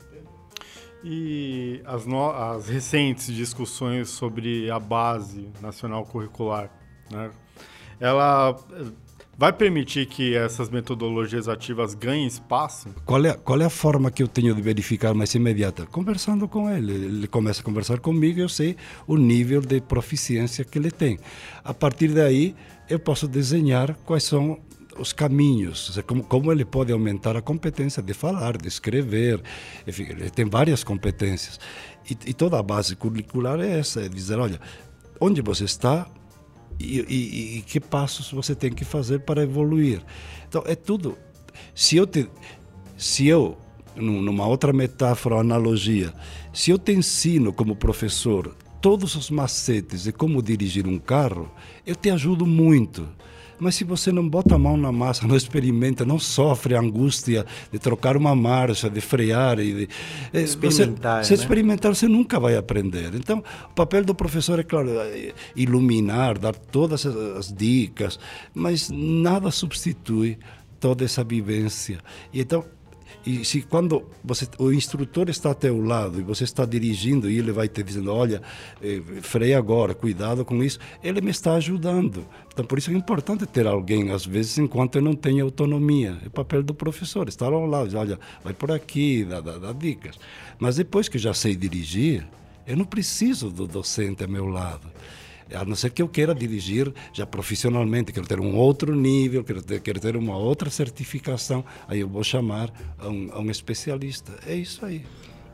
E as, no... as recentes discussões sobre a base nacional curricular, né? Ela vai permitir que essas metodologias ativas ganhem espaço? Qual é, qual é a forma que eu tenho de verificar mais imediata? Conversando com ele. Ele começa a conversar comigo e eu sei o nível de proficiência que ele tem. A partir daí, eu posso desenhar quais são os caminhos, como, como ele pode aumentar a competência de falar, de escrever, enfim, ele tem várias competências. E, e toda a base curricular é essa, é dizer, olha, onde você está e, e, e que passos você tem que fazer para evoluir. Então, é tudo. Se eu, te, se eu numa outra metáfora ou analogia, se eu te ensino como professor todos os macetes de como dirigir um carro, eu te ajudo muito. Mas se você não bota a mão na massa, não experimenta, não sofre a angústia de trocar uma marcha, de frear, e de, experimentar, você, você né? experimentar, você nunca vai aprender. Então, o papel do professor é, claro, iluminar, dar todas as dicas, mas nada substitui toda essa vivência. E então, e se quando você, o instrutor está ao teu lado e você está dirigindo e ele vai te dizendo, olha, eh, freia agora, cuidado com isso, ele me está ajudando. Então, por isso é importante ter alguém, às vezes, enquanto eu não tenho autonomia. É o papel do professor, estar ao lado, dizer, olha, vai por aqui, dá, dá, dá dicas. Mas depois que eu já sei dirigir, eu não preciso do docente ao meu lado. A não ser que eu queira dirigir já profissionalmente, quero ter um outro nível, quero ter, quero ter uma outra certificação, aí eu vou chamar a um, a um especialista. É isso aí.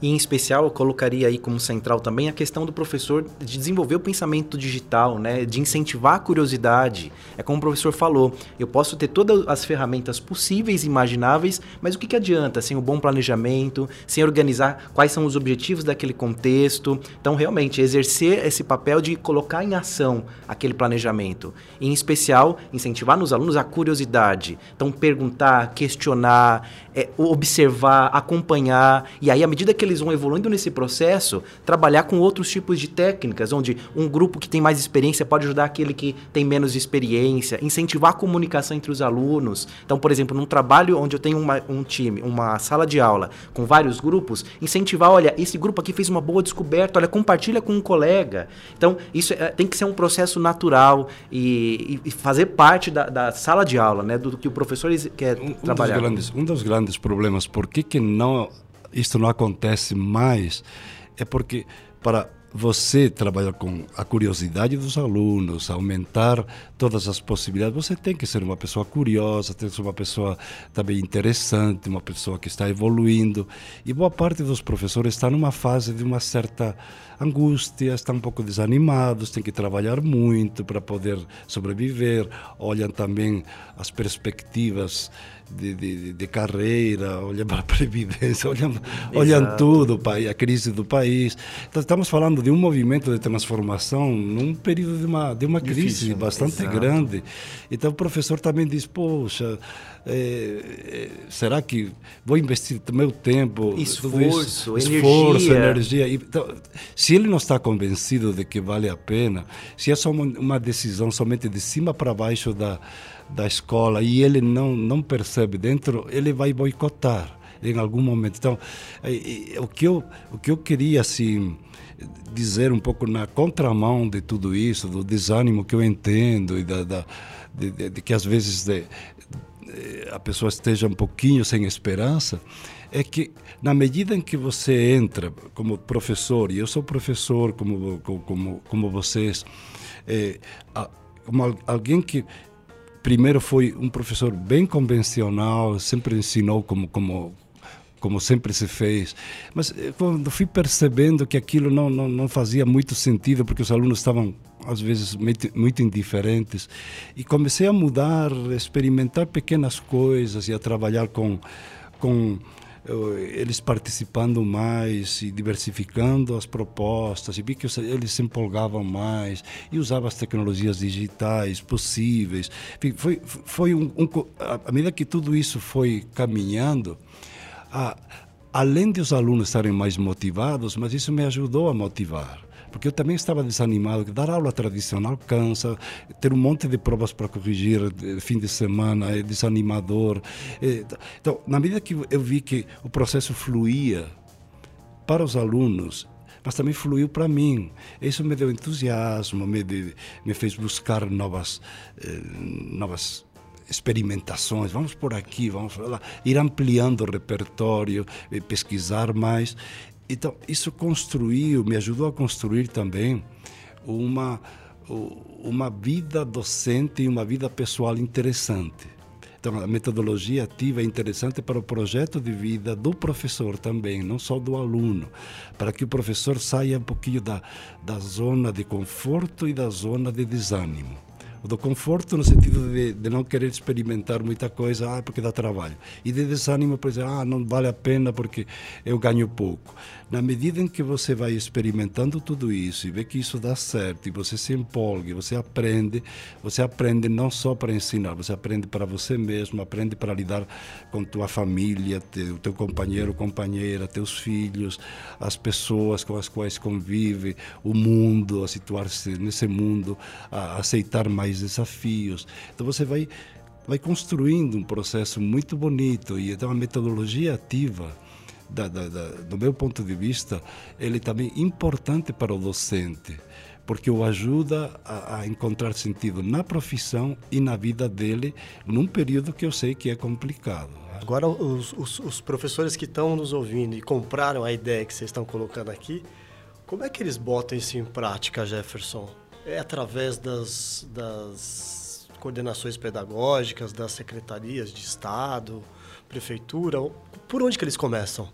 E, em especial, eu colocaria aí como central também a questão do professor de desenvolver o pensamento digital, né? De incentivar a curiosidade. É como o professor falou, eu posso ter todas as ferramentas possíveis e imagináveis, mas o que, que adianta sem o bom planejamento, sem organizar quais são os objetivos daquele contexto? Então, realmente, exercer esse papel de colocar em ação aquele planejamento. E, em especial, incentivar nos alunos a curiosidade. Então, perguntar, questionar, é, observar, acompanhar. E aí, à medida que eles vão evoluindo nesse processo, trabalhar com outros tipos de técnicas, onde um grupo que tem mais experiência pode ajudar aquele que tem menos experiência, incentivar a comunicação entre os alunos. Então, por exemplo, num trabalho onde eu tenho uma, um time, uma sala de aula com vários grupos, incentivar, olha, esse grupo aqui fez uma boa descoberta, olha, compartilha com um colega. Então, isso é, tem que ser um processo natural e, e fazer parte da, da sala de aula, né, do que o professor quer um, trabalhar. Um dos, grandes, um dos grandes problemas, por que que não, isto não acontece mais, é porque para você trabalhar com a curiosidade dos alunos, aumentar todas as possibilidades, você tem que ser uma pessoa curiosa, tem que ser uma pessoa também interessante, uma pessoa que está evoluindo. E boa parte dos professores está numa fase de uma certa angústia, estão um pouco desanimados, têm que trabalhar muito para poder sobreviver, olham também as perspectivas de, de, de carreira, olham para a previdência, olham, olham tudo, a crise do país. Então, estamos falando de um movimento de transformação num período de uma, de uma crise difícil, bastante exato. grande. Então, o professor também diz, poxa, é, é, será que vou investir meu tempo, esforço, isso, energia, esforço, energia. Então, se ele não está convencido de que vale a pena, se é só uma, uma decisão somente de cima para baixo da, da escola e ele não, não percebe dentro, ele vai boicotar em algum momento. Então, é, é, o, que eu, o que eu queria assim, dizer um pouco na contramão de tudo isso, do desânimo que eu entendo e da, da, de, de, de que às vezes de, a pessoa esteja um pouquinho sem esperança, é que na medida em que você entra como professor, e eu sou professor como, como, como vocês, é, como alguém que primeiro foi um professor bem convencional, sempre ensinou como, como, como sempre se fez, mas quando fui percebendo que aquilo não, não, não fazia muito sentido, porque os alunos estavam às vezes muito, muito indiferentes, e comecei a mudar, a experimentar pequenas coisas e a trabalhar com, com eles participando mais e diversificando as propostas, e vi que eles se empolgavam mais e usavam as tecnologias digitais possíveis. Foi, foi um, um, à medida que tudo isso foi caminhando, a, além de os alunos estarem mais motivados, mas isso me ajudou a motivar. Porque eu também estava desanimado, dar aula tradicional cansa, ter um monte de provas para corrigir fim de semana é desanimador. Então, na medida que eu vi que o processo fluía para os alunos, mas também fluiu para mim, isso me deu entusiasmo, me, me fez buscar novas, novas experimentações, vamos por aqui, vamos lá, ir ampliando o repertório, pesquisar mais. Então, isso construiu, me ajudou a construir também uma, uma vida docente e uma vida pessoal interessante. Então, a metodologia ativa é interessante para o projeto de vida do professor também, não só do aluno, para que o professor saia um pouquinho da, da zona de conforto e da zona de desânimo. O do conforto no sentido de, de não querer experimentar muita coisa, ah, porque dá trabalho. E de desânimo, por exemplo, ah, não vale a pena porque eu ganho pouco. Na medida em que você vai experimentando tudo isso e vê que isso dá certo, e você se empolga, você aprende, você aprende não só para ensinar, você aprende para você mesmo, aprende para lidar com tua família, teu, teu companheiro, companheira, teus filhos, as pessoas com as quais convive, o mundo, a situar-se nesse mundo, a aceitar mais desafios. Então você vai, vai construindo um processo muito bonito, e então a metodologia ativa, da, da, da, do meu ponto de vista, ele também é importante para o docente, porque o ajuda a, a encontrar sentido na profissão e na vida dele, num período que eu sei que é complicado. Agora, os, os, os professores que estão nos ouvindo e compraram a ideia que vocês estão colocando aqui, como é que eles botam isso em prática, Jefferson? É através das, das coordenações pedagógicas, das secretarias de Estado, prefeitura? Por onde que eles começam?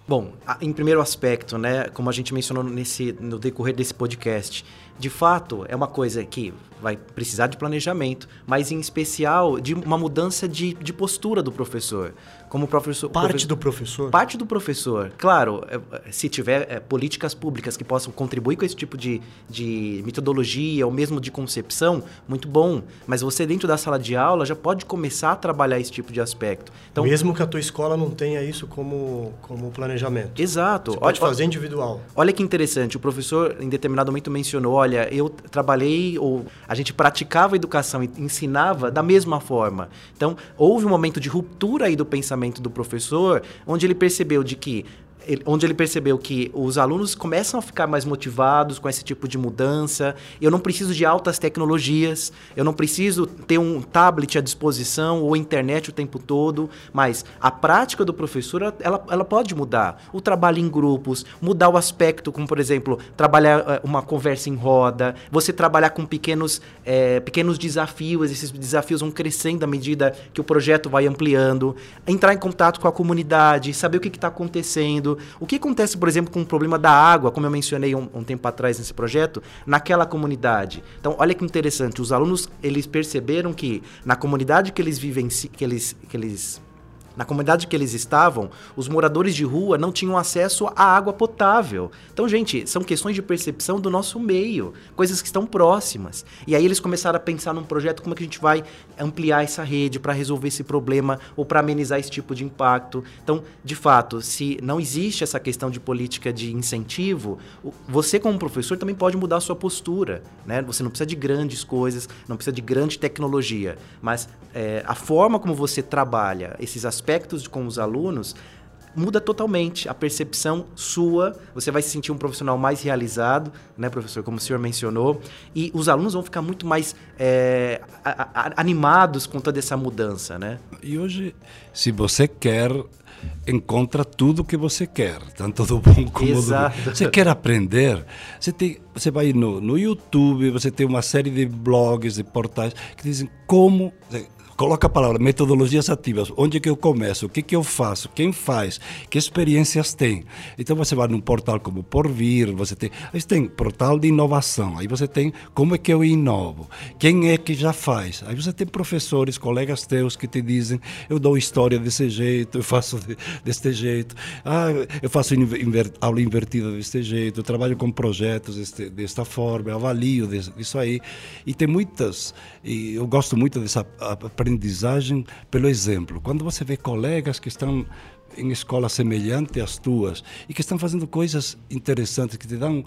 Bom, em primeiro aspecto, né, como a gente mencionou nesse, no decorrer desse podcast, de fato é uma coisa que vai precisar de planejamento, mas em especial de uma mudança de, de postura do professor. Como o professor, Parte profe... do professor? Parte do professor. Claro, se tiver é, políticas públicas que possam contribuir com esse tipo de, de metodologia ou mesmo de concepção, muito bom. Mas você dentro da sala de aula já pode começar a trabalhar esse tipo de aspecto. Então, mesmo que a tua escola não tenha isso como, como planejamento. Exato. Você pode olha, fazer individual. Olha que interessante, o professor em determinado momento mencionou, olha, eu trabalhei ou a gente praticava a educação e ensinava da mesma forma. Então, houve um momento de ruptura aí do pensamento do professor, onde ele percebeu de que onde ele percebeu que os alunos começam a ficar mais motivados com esse tipo de mudança. Eu não preciso de altas tecnologias, eu não preciso ter um tablet à disposição ou internet o tempo todo, mas a prática do professor, ela, ela pode mudar. O trabalho em grupos, mudar o aspecto, como, por exemplo, trabalhar uma conversa em roda, você trabalhar com pequenos, é, pequenos desafios, esses desafios vão crescendo à medida que o projeto vai ampliando, entrar em contato com a comunidade, saber o que está acontecendo. O que acontece, por exemplo, com o problema da água, como eu mencionei um, um tempo atrás nesse projeto, naquela comunidade. Então, olha que interessante, os alunos, eles perceberam que na comunidade que eles vivem, que eles, que eles Na comunidade que eles estavam, os moradores de rua não tinham acesso à água potável. Então, gente, são questões de percepção do nosso meio, coisas que estão próximas. E aí eles começaram a pensar num projeto, como é que a gente vai ampliar essa rede para resolver esse problema ou para amenizar esse tipo de impacto. Então, de fato, se não existe essa questão de política de incentivo, você como professor também pode mudar a sua postura, né? Você não precisa de grandes coisas, não precisa de grande tecnologia, mas é, a forma como você trabalha esses aspectos aspectos com os alunos, muda totalmente a percepção sua, você vai se sentir um profissional mais realizado, né, professor, como o senhor mencionou, e os alunos vão ficar muito mais é, a, a, animados com toda essa mudança, né? E hoje, se você quer, encontra tudo que você quer, tanto do bom como Exato. do ruim. Você quer aprender, você, tem, você vai no, no YouTube, você tem uma série de blogs, de portais que dizem como... Coloca a palavra metodologias ativas, onde é que eu começo, o que que eu faço, quem faz, que experiências tem. Então você vai num portal como Porvir, você tem, aí você tem portal de inovação, aí você tem como é que eu inovo, quem é que já faz. Aí você tem professores, colegas teus que te dizem, eu dou história desse jeito, eu faço de, deste jeito, ah, eu faço inver, aula invertida deste jeito, eu trabalho com projetos deste, desta forma, eu avalio desse, isso aí. E tem muitas, e eu gosto muito dessa aprendizagem pelo exemplo. Quando você vê colegas que estão em escolas semelhantes às tuas e que estão fazendo coisas interessantes, que te dão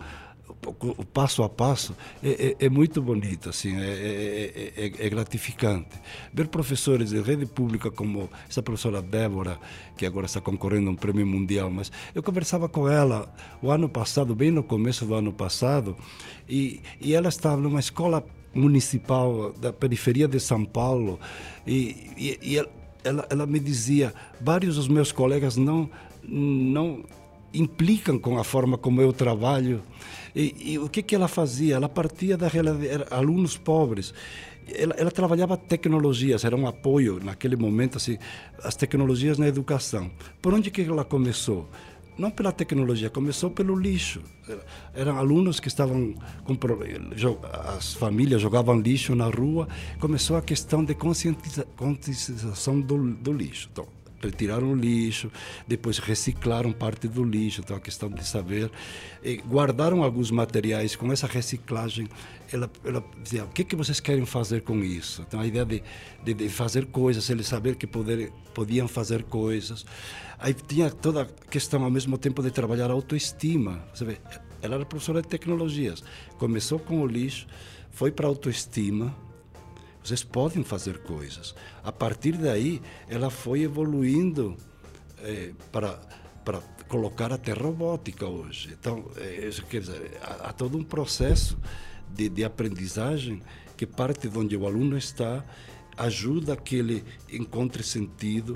o passo a passo, é, é, é muito bonito, assim, é, é, é, é gratificante. Ver professores de rede pública como essa professora Débora, que agora está concorrendo a um prêmio mundial, mas eu conversava com ela o ano passado, bem no começo do ano passado, e, e ela estava numa escola municipal da periferia de São Paulo, e, e, e ela, ela me dizia, vários dos meus colegas não, não implicam com a forma como eu trabalho. E, e o que que ela fazia? Ela partia da realidade, alunos pobres. Ela, ela trabalhava tecnologias, era um apoio naquele momento, assim, as tecnologias na educação. Por onde que ela começou? Não pela tecnologia, começou pelo lixo. Eram alunos que estavam com as famílias jogavam lixo na rua. Começou a questão de conscientiza, conscientização do, do lixo. Então, retiraram o lixo, depois reciclaram parte do lixo, então a questão de saber. E guardaram alguns materiais. Com essa reciclagem, ela, ela dizia, o que que vocês querem fazer com isso? Então a ideia de, de, de fazer coisas, eles saber que poder, podiam fazer coisas. Aí tinha toda a questão, ao mesmo tempo, de trabalhar a autoestima. Você vê, ela era professora de tecnologias, começou com o lixo, foi para a autoestima. Vocês podem fazer coisas. A partir daí, ela foi evoluindo eh, para, para colocar até robótica hoje. Então, eh, isso quer dizer, há, há todo um processo de, de aprendizagem que parte de onde o aluno está, ajuda a que ele encontre sentido,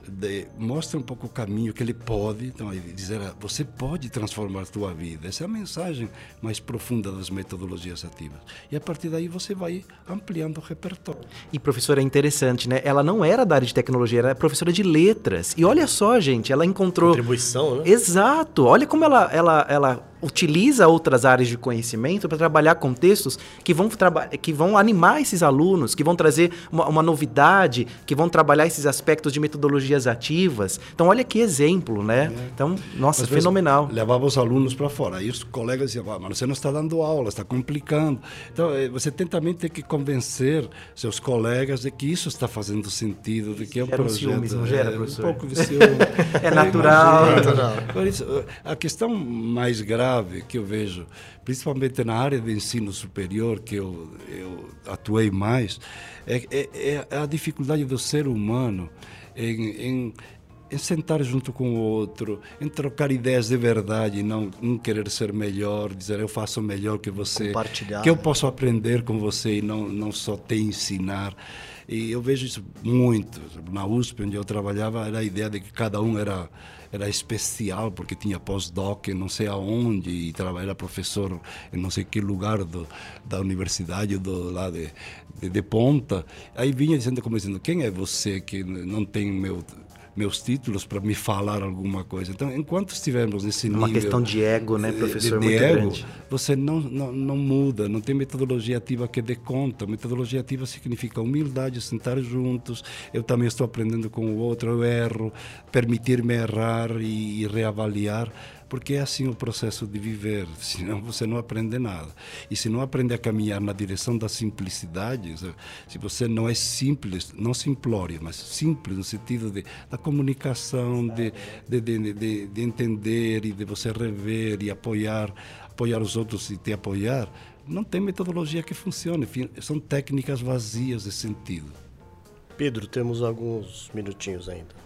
de, mostra um pouco o caminho que ele pode, então, dizer, você pode transformar a tua vida. Essa é a mensagem mais profunda das metodologias ativas. E a partir daí você vai ampliando o repertório. E, professora, é interessante, né? Ela não era da área de tecnologia, ela era professora de letras. E olha só, gente, ela encontrou... Contribuição, né? Exato. Olha como ela, ela, ela utiliza outras áreas de conhecimento para trabalhar com textos que vão, traba- que vão animar esses alunos, que vão trazer uma, uma novidade, que vão trabalhar esses aspectos de metodologias ativas. Então, olha que exemplo, né? É. Então, nossa, Às fenomenal. Vezes, levava os alunos para fora. Aí os colegas diziam, ah, mas você não está dando aula, está complicando. Então, você tem, também tem que convencer seus colegas de que isso está fazendo sentido, de que é um gera projeto... Um ciúmes, não gera, é, professor? Um pouco de ciúme. É natural. É natural. Por isso, a questão mais grave que eu vejo, principalmente na área de ensino superior, que eu, eu atuei mais, é, é, é a dificuldade do ser humano em, em, em sentar junto com o outro, em trocar ideias de verdade, não, não querer ser melhor, dizer eu faço melhor que você, que eu posso aprender com você e não, não só te ensinar. E eu vejo isso muito. Na U S P, onde eu trabalhava, era a ideia de que cada um era, era especial, porque tinha pós-doc em não sei aonde, e era professor em não sei que lugar do, da universidade, do, lá de, de, de ponta. Aí vinha dizendo, como dizendo, quem é você que não tem meu... meus títulos para me falar alguma coisa. Então, enquanto estivermos nesse nível... Uma questão de ego, né, professor? De, de muito ego, grande. Você não, não, não muda, não tem metodologia ativa que dê conta. Metodologia ativa significa humildade, sentar juntos, eu também estou aprendendo com o outro, eu erro, permitir-me errar e, e reavaliar, porque é assim o processo de viver, senão você não aprende nada. E se não aprende a caminhar na direção da simplicidade, se você não é simples, não simplório, mas simples no sentido de, da comunicação, de, de, de, de, de entender e de você rever e apoiar, apoiar os outros e te apoiar, não tem metodologia que funcione, são técnicas vazias de sentido. Pedro, temos alguns minutinhos ainda.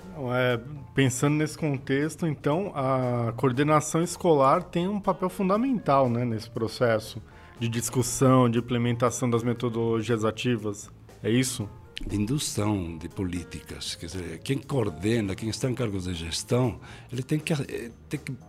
É, pensando nesse contexto, então, a coordenação escolar tem um papel fundamental, né, nesse processo de discussão, de implementação das metodologias ativas. É isso? De indução de políticas. Quer dizer, quem coordena, quem está em cargos de gestão, ele tem que, tem que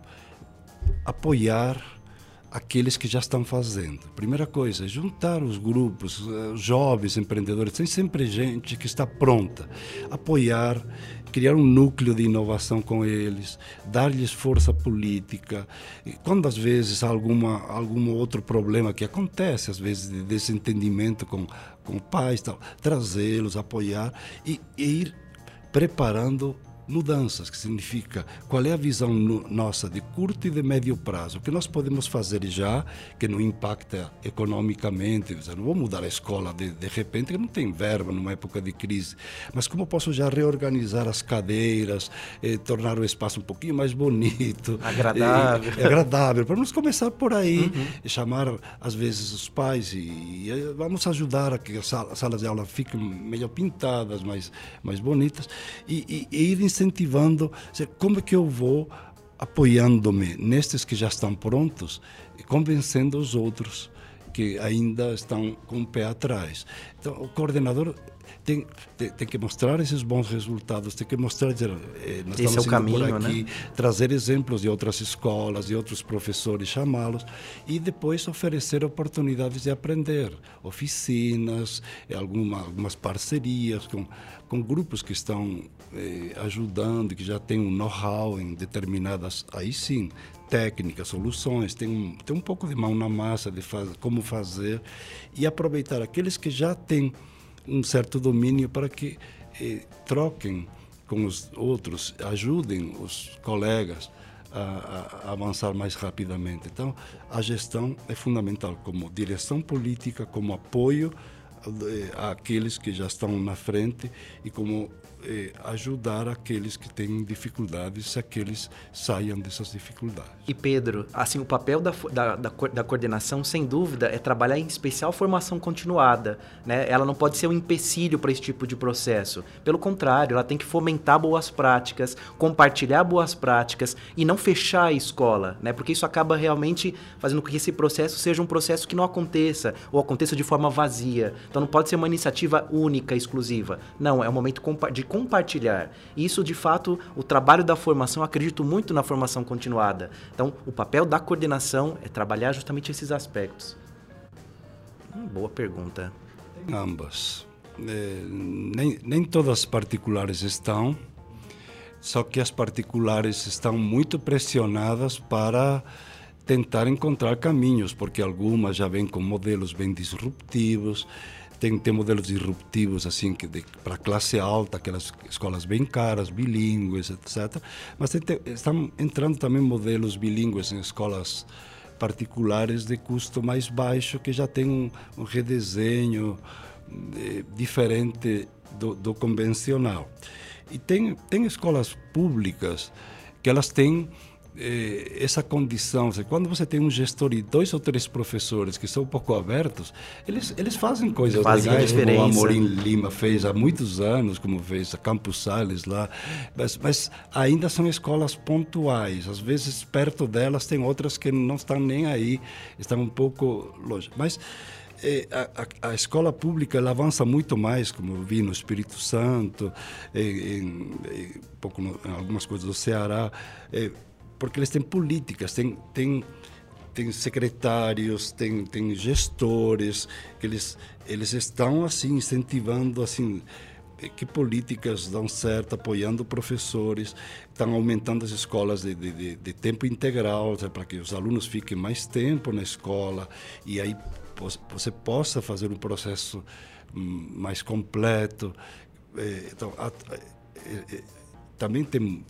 apoiar aqueles que já estão fazendo. Primeira coisa, juntar os grupos, os jovens empreendedores, tem sempre gente que está pronta, apoiar, criar um núcleo de inovação com eles, dar-lhes força política. E quando às vezes há alguma, algum outro problema que acontece, às vezes de desentendimento com, com pais, tal, trazê-los, apoiar e, e ir preparando mudanças, que significa qual é a visão no, nossa de curto e de médio prazo, o que nós podemos fazer já, que não impacta economicamente, não vou mudar a escola de, de repente, que não tem verba numa época de crise, mas como posso já reorganizar as cadeiras, eh, tornar o espaço um pouquinho mais bonito, agradável, eh, agradável, para nós começar por aí, uhum. e chamar às vezes os pais e, e vamos ajudar a que as salas de aula fiquem melhor pintadas, mais, mais bonitas, e, e, e ir incentivando, como é que eu vou apoiando-me nestes que já estão prontos e convencendo os outros que ainda estão com o pé atrás. Então, o coordenador tem, tem, tem que mostrar esses bons resultados, tem que mostrar, dizer, eh, nós Esse estamos é o caminho, por aqui, né? Trazer exemplos de outras escolas, de outros professores, chamá-los e depois oferecer oportunidades de aprender, oficinas, alguma, algumas parcerias com, com grupos que estão eh, ajudando, que já têm um know-how em determinadas, aí sim, técnicas, soluções, tem um, tem um pouco de mão na massa de faz, como fazer e aproveitar aqueles que já têm um certo domínio para que eh, troquem com os outros, ajudem os colegas a, a avançar mais rapidamente. Então, a gestão é fundamental como direção política, como apoio àqueles que já estão na frente e como eh, ajudar aqueles que têm dificuldades, se aqueles saiam dessas dificuldades. E Pedro, assim, o papel da, da, da, da coordenação, sem dúvida, é trabalhar em especial formação continuada, né? Ela não pode ser um empecilho para esse tipo de processo. Pelo contrário, ela tem que fomentar boas práticas, compartilhar boas práticas e não fechar a escola, né? Porque isso acaba realmente fazendo com que esse processo seja um processo que não aconteça ou aconteça de forma vazia. Então não pode ser uma iniciativa única, exclusiva. Não, é um momento de compartilhar. Isso, de fato, o trabalho da formação, eu acredito muito na formação continuada. Então, o papel da coordenação é trabalhar justamente esses aspectos. Hum, boa pergunta. Ambas. É, nem, nem todas as particulares estão, só que as particulares estão muito pressionadas para tentar encontrar caminhos, porque algumas já vêm com modelos bem disruptivos, tem, tem modelos disruptivos assim que para classe alta, aquelas escolas bem caras, bilíngues, etcétera. Mas tem, tem, estão entrando também modelos bilíngues em escolas particulares de custo mais baixo, que já tem um, um redesenho eh, diferente do, do convencional. E tem, tem escolas públicas que elas têm eh, essa condição. Quando você tem um gestor e dois ou três professores que são um pouco abertos, eles, eles fazem coisas fazem legais, como o Amorim diferença. Lima fez há muitos anos, como fez a Campos Sales lá, mas, mas ainda são escolas pontuais. Às vezes, perto delas, tem outras que não estão nem aí, estão um pouco longe. Mas É, a, a, a escola pública ela avança muito mais, como eu vi no Espírito Santo, em, em, em, pouco no, em algumas coisas do Ceará, é, porque eles têm políticas, têm, têm, têm secretários, têm, têm gestores, que eles, eles estão assim, incentivando assim, que políticas dão certo, apoiando professores, estão aumentando as escolas de, de, de tempo integral, para que os alunos fiquem mais tempo na escola, e aí você possa fazer um processo mais completo. Então, também tem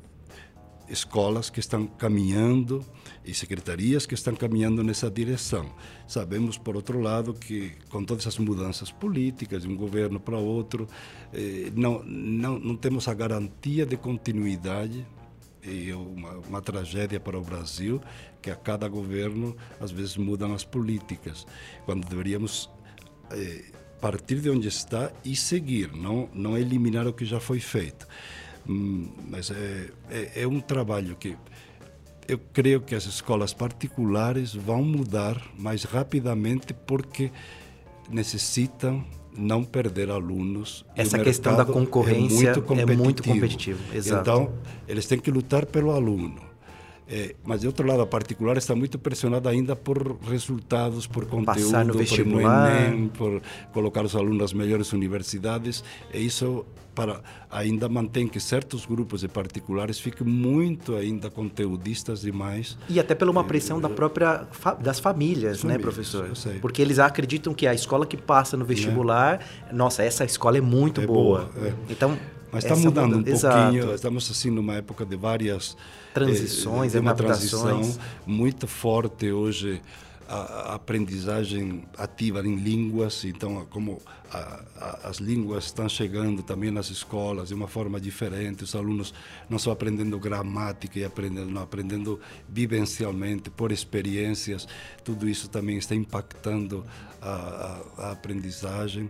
escolas que estão caminhando e secretarias que estão caminhando nessa direção. Sabemos, por outro lado, que com todas essas mudanças políticas de um governo para outro, não, não, não temos a garantia de continuidade. E uma, uma tragédia para o Brasil, que a cada governo, às vezes, mudam as políticas, quando deveríamos eh, partir de onde está e seguir, não, não eliminar o que já foi feito. Hum, mas é, é, é um trabalho que eu creio que as escolas particulares vão mudar mais rapidamente, porque necessitam não perder alunos. Essa questão da concorrência é muito competitivo. É muito competitivo. Exato. Então, eles têm que lutar pelo aluno. É, mas, de outro lado, a particular está muito pressionada ainda por resultados, por conteúdo, passar no por vestibular, no Enem, por colocar os alunos nas melhores universidades. E isso para, ainda mantém que certos grupos de particulares fiquem muito ainda conteudistas demais. E até pela uma pressão é, da própria, das famílias, famílias, né, professor? Eu sei. Porque eles acreditam que a escola que passa no vestibular, é. nossa, essa escola é muito é boa. boa é. Então, mas está mudando muda... um pouquinho. Exato. Estamos assim numa época de várias transições, é, de uma adaptações. transição muito forte hoje, a, a aprendizagem ativa em línguas. Então, como a, a, as línguas estão chegando também nas escolas de uma forma diferente, os alunos não só aprendendo gramática e aprendendo, não, aprendendo vivencialmente, por experiências. Tudo isso também está impactando a, a, a aprendizagem.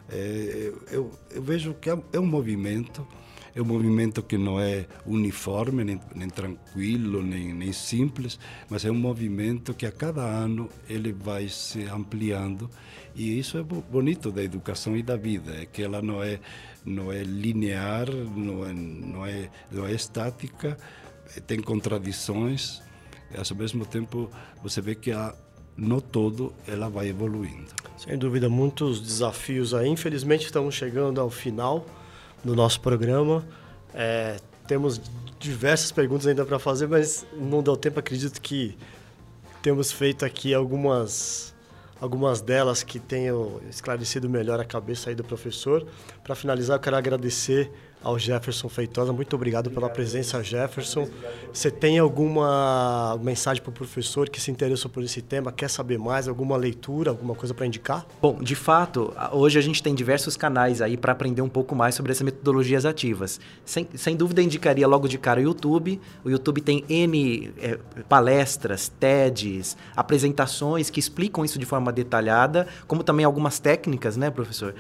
É, eu, eu vejo que é um movimento, é um movimento que não é uniforme, nem, nem tranquilo, nem, nem simples, mas é um movimento que a cada ano ele vai se ampliando, e isso é bonito da educação e da vida, é que ela não é, não é linear, não é, não é, não é estática, tem contradições, e ao mesmo tempo você vê que há, no todo, ela vai evoluindo. Sem dúvida, muitos desafios aí. Infelizmente, estamos chegando ao final do nosso programa. É, temos diversas perguntas ainda para fazer, mas não deu tempo. Acredito que temos feito aqui algumas, algumas delas que tenham esclarecido melhor a cabeça aí do professor. Para finalizar, eu quero agradecer ao Jefferson Feitosa. Muito obrigado, obrigado pela presença, Jefferson. Você tem alguma mensagem para o professor que se interessou por esse tema, quer saber mais, alguma leitura, alguma coisa para indicar? Bom, de fato, hoje a gente tem diversos canais aí para aprender um pouco mais sobre essas metodologias ativas. Sem, sem dúvida, indicaria logo de cara o YouTube. O YouTube tem N é, palestras, TEDs, apresentações que explicam isso de forma detalhada, como também algumas técnicas, né, professor?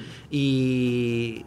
E...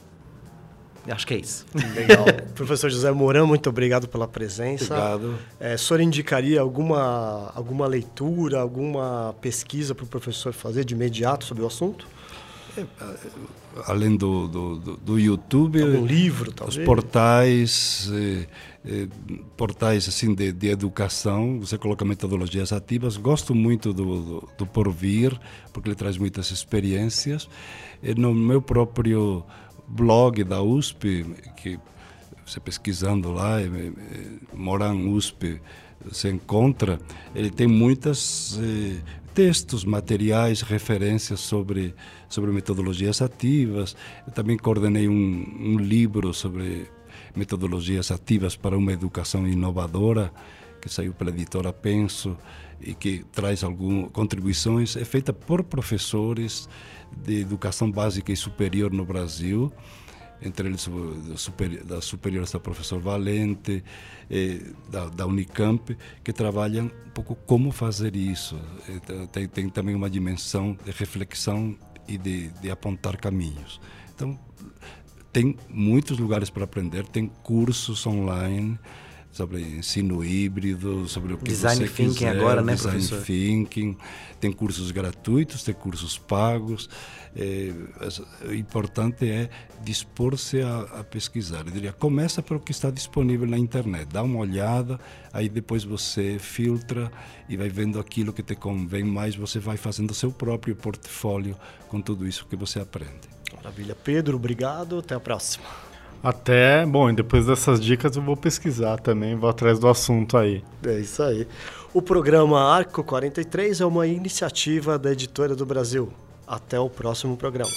acho que é isso. Legal. Professor José Mourão, muito obrigado pela presença. Obrigado. É, o senhor indicaria alguma, alguma leitura, alguma pesquisa para o professor fazer de imediato sobre o assunto? além do, do, do YouTube, algum livro, talvez? Os portais, eh, eh, portais assim de, de educação, você coloca metodologias ativas. Gosto muito do, do, do Porvir, porque ele traz muitas experiências. E no meu próprio blog da U S P, que você pesquisando lá, Moran U S P, se encontra, ele tem muitos eh, textos, materiais, referências sobre, sobre metodologias ativas. Eu também coordenei um, um livro sobre metodologias ativas para uma educação inovadora, que saiu pela editora Penso e que traz algumas contribuições. É feita por professores de educação básica e superior no Brasil, entre eles da superior está o professor Valente, eh, da, da Unicamp, que trabalham um pouco como fazer isso. Tem, tem também uma dimensão de reflexão e de, de apontar caminhos. Então, tem muitos lugares para aprender, tem cursos online sobre ensino híbrido, sobre o que design você thinking quiser, agora, né, design professor? thinking, tem cursos gratuitos, tem cursos pagos. É, o importante é dispor-se a, a pesquisar. Eu diria, começa pelo que está disponível na internet, dá uma olhada, aí depois você filtra e vai vendo aquilo que te convém mais, você vai fazendo o seu próprio portfólio com tudo isso que você aprende. Maravilha. Pedro, obrigado, até a próxima. Até, bom, e depois dessas dicas eu vou pesquisar também, vou atrás do assunto aí. É isso aí. O programa Arco quarenta e três é uma iniciativa da Editora do Brasil. Até o próximo programa.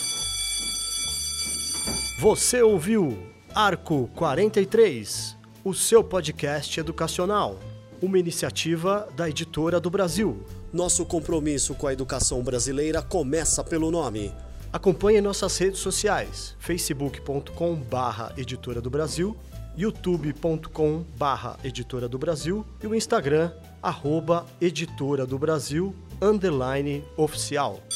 Você ouviu Arco quarenta e três, o seu podcast educacional, uma iniciativa da Editora do Brasil. Nosso compromisso com a educação brasileira começa pelo nome. Acompanhe nossas redes sociais, facebook ponto com barra Editora do Brasil, youtube ponto com barra Editora do Brasil e o Instagram, arroba Editora do Brasil, underline oficial.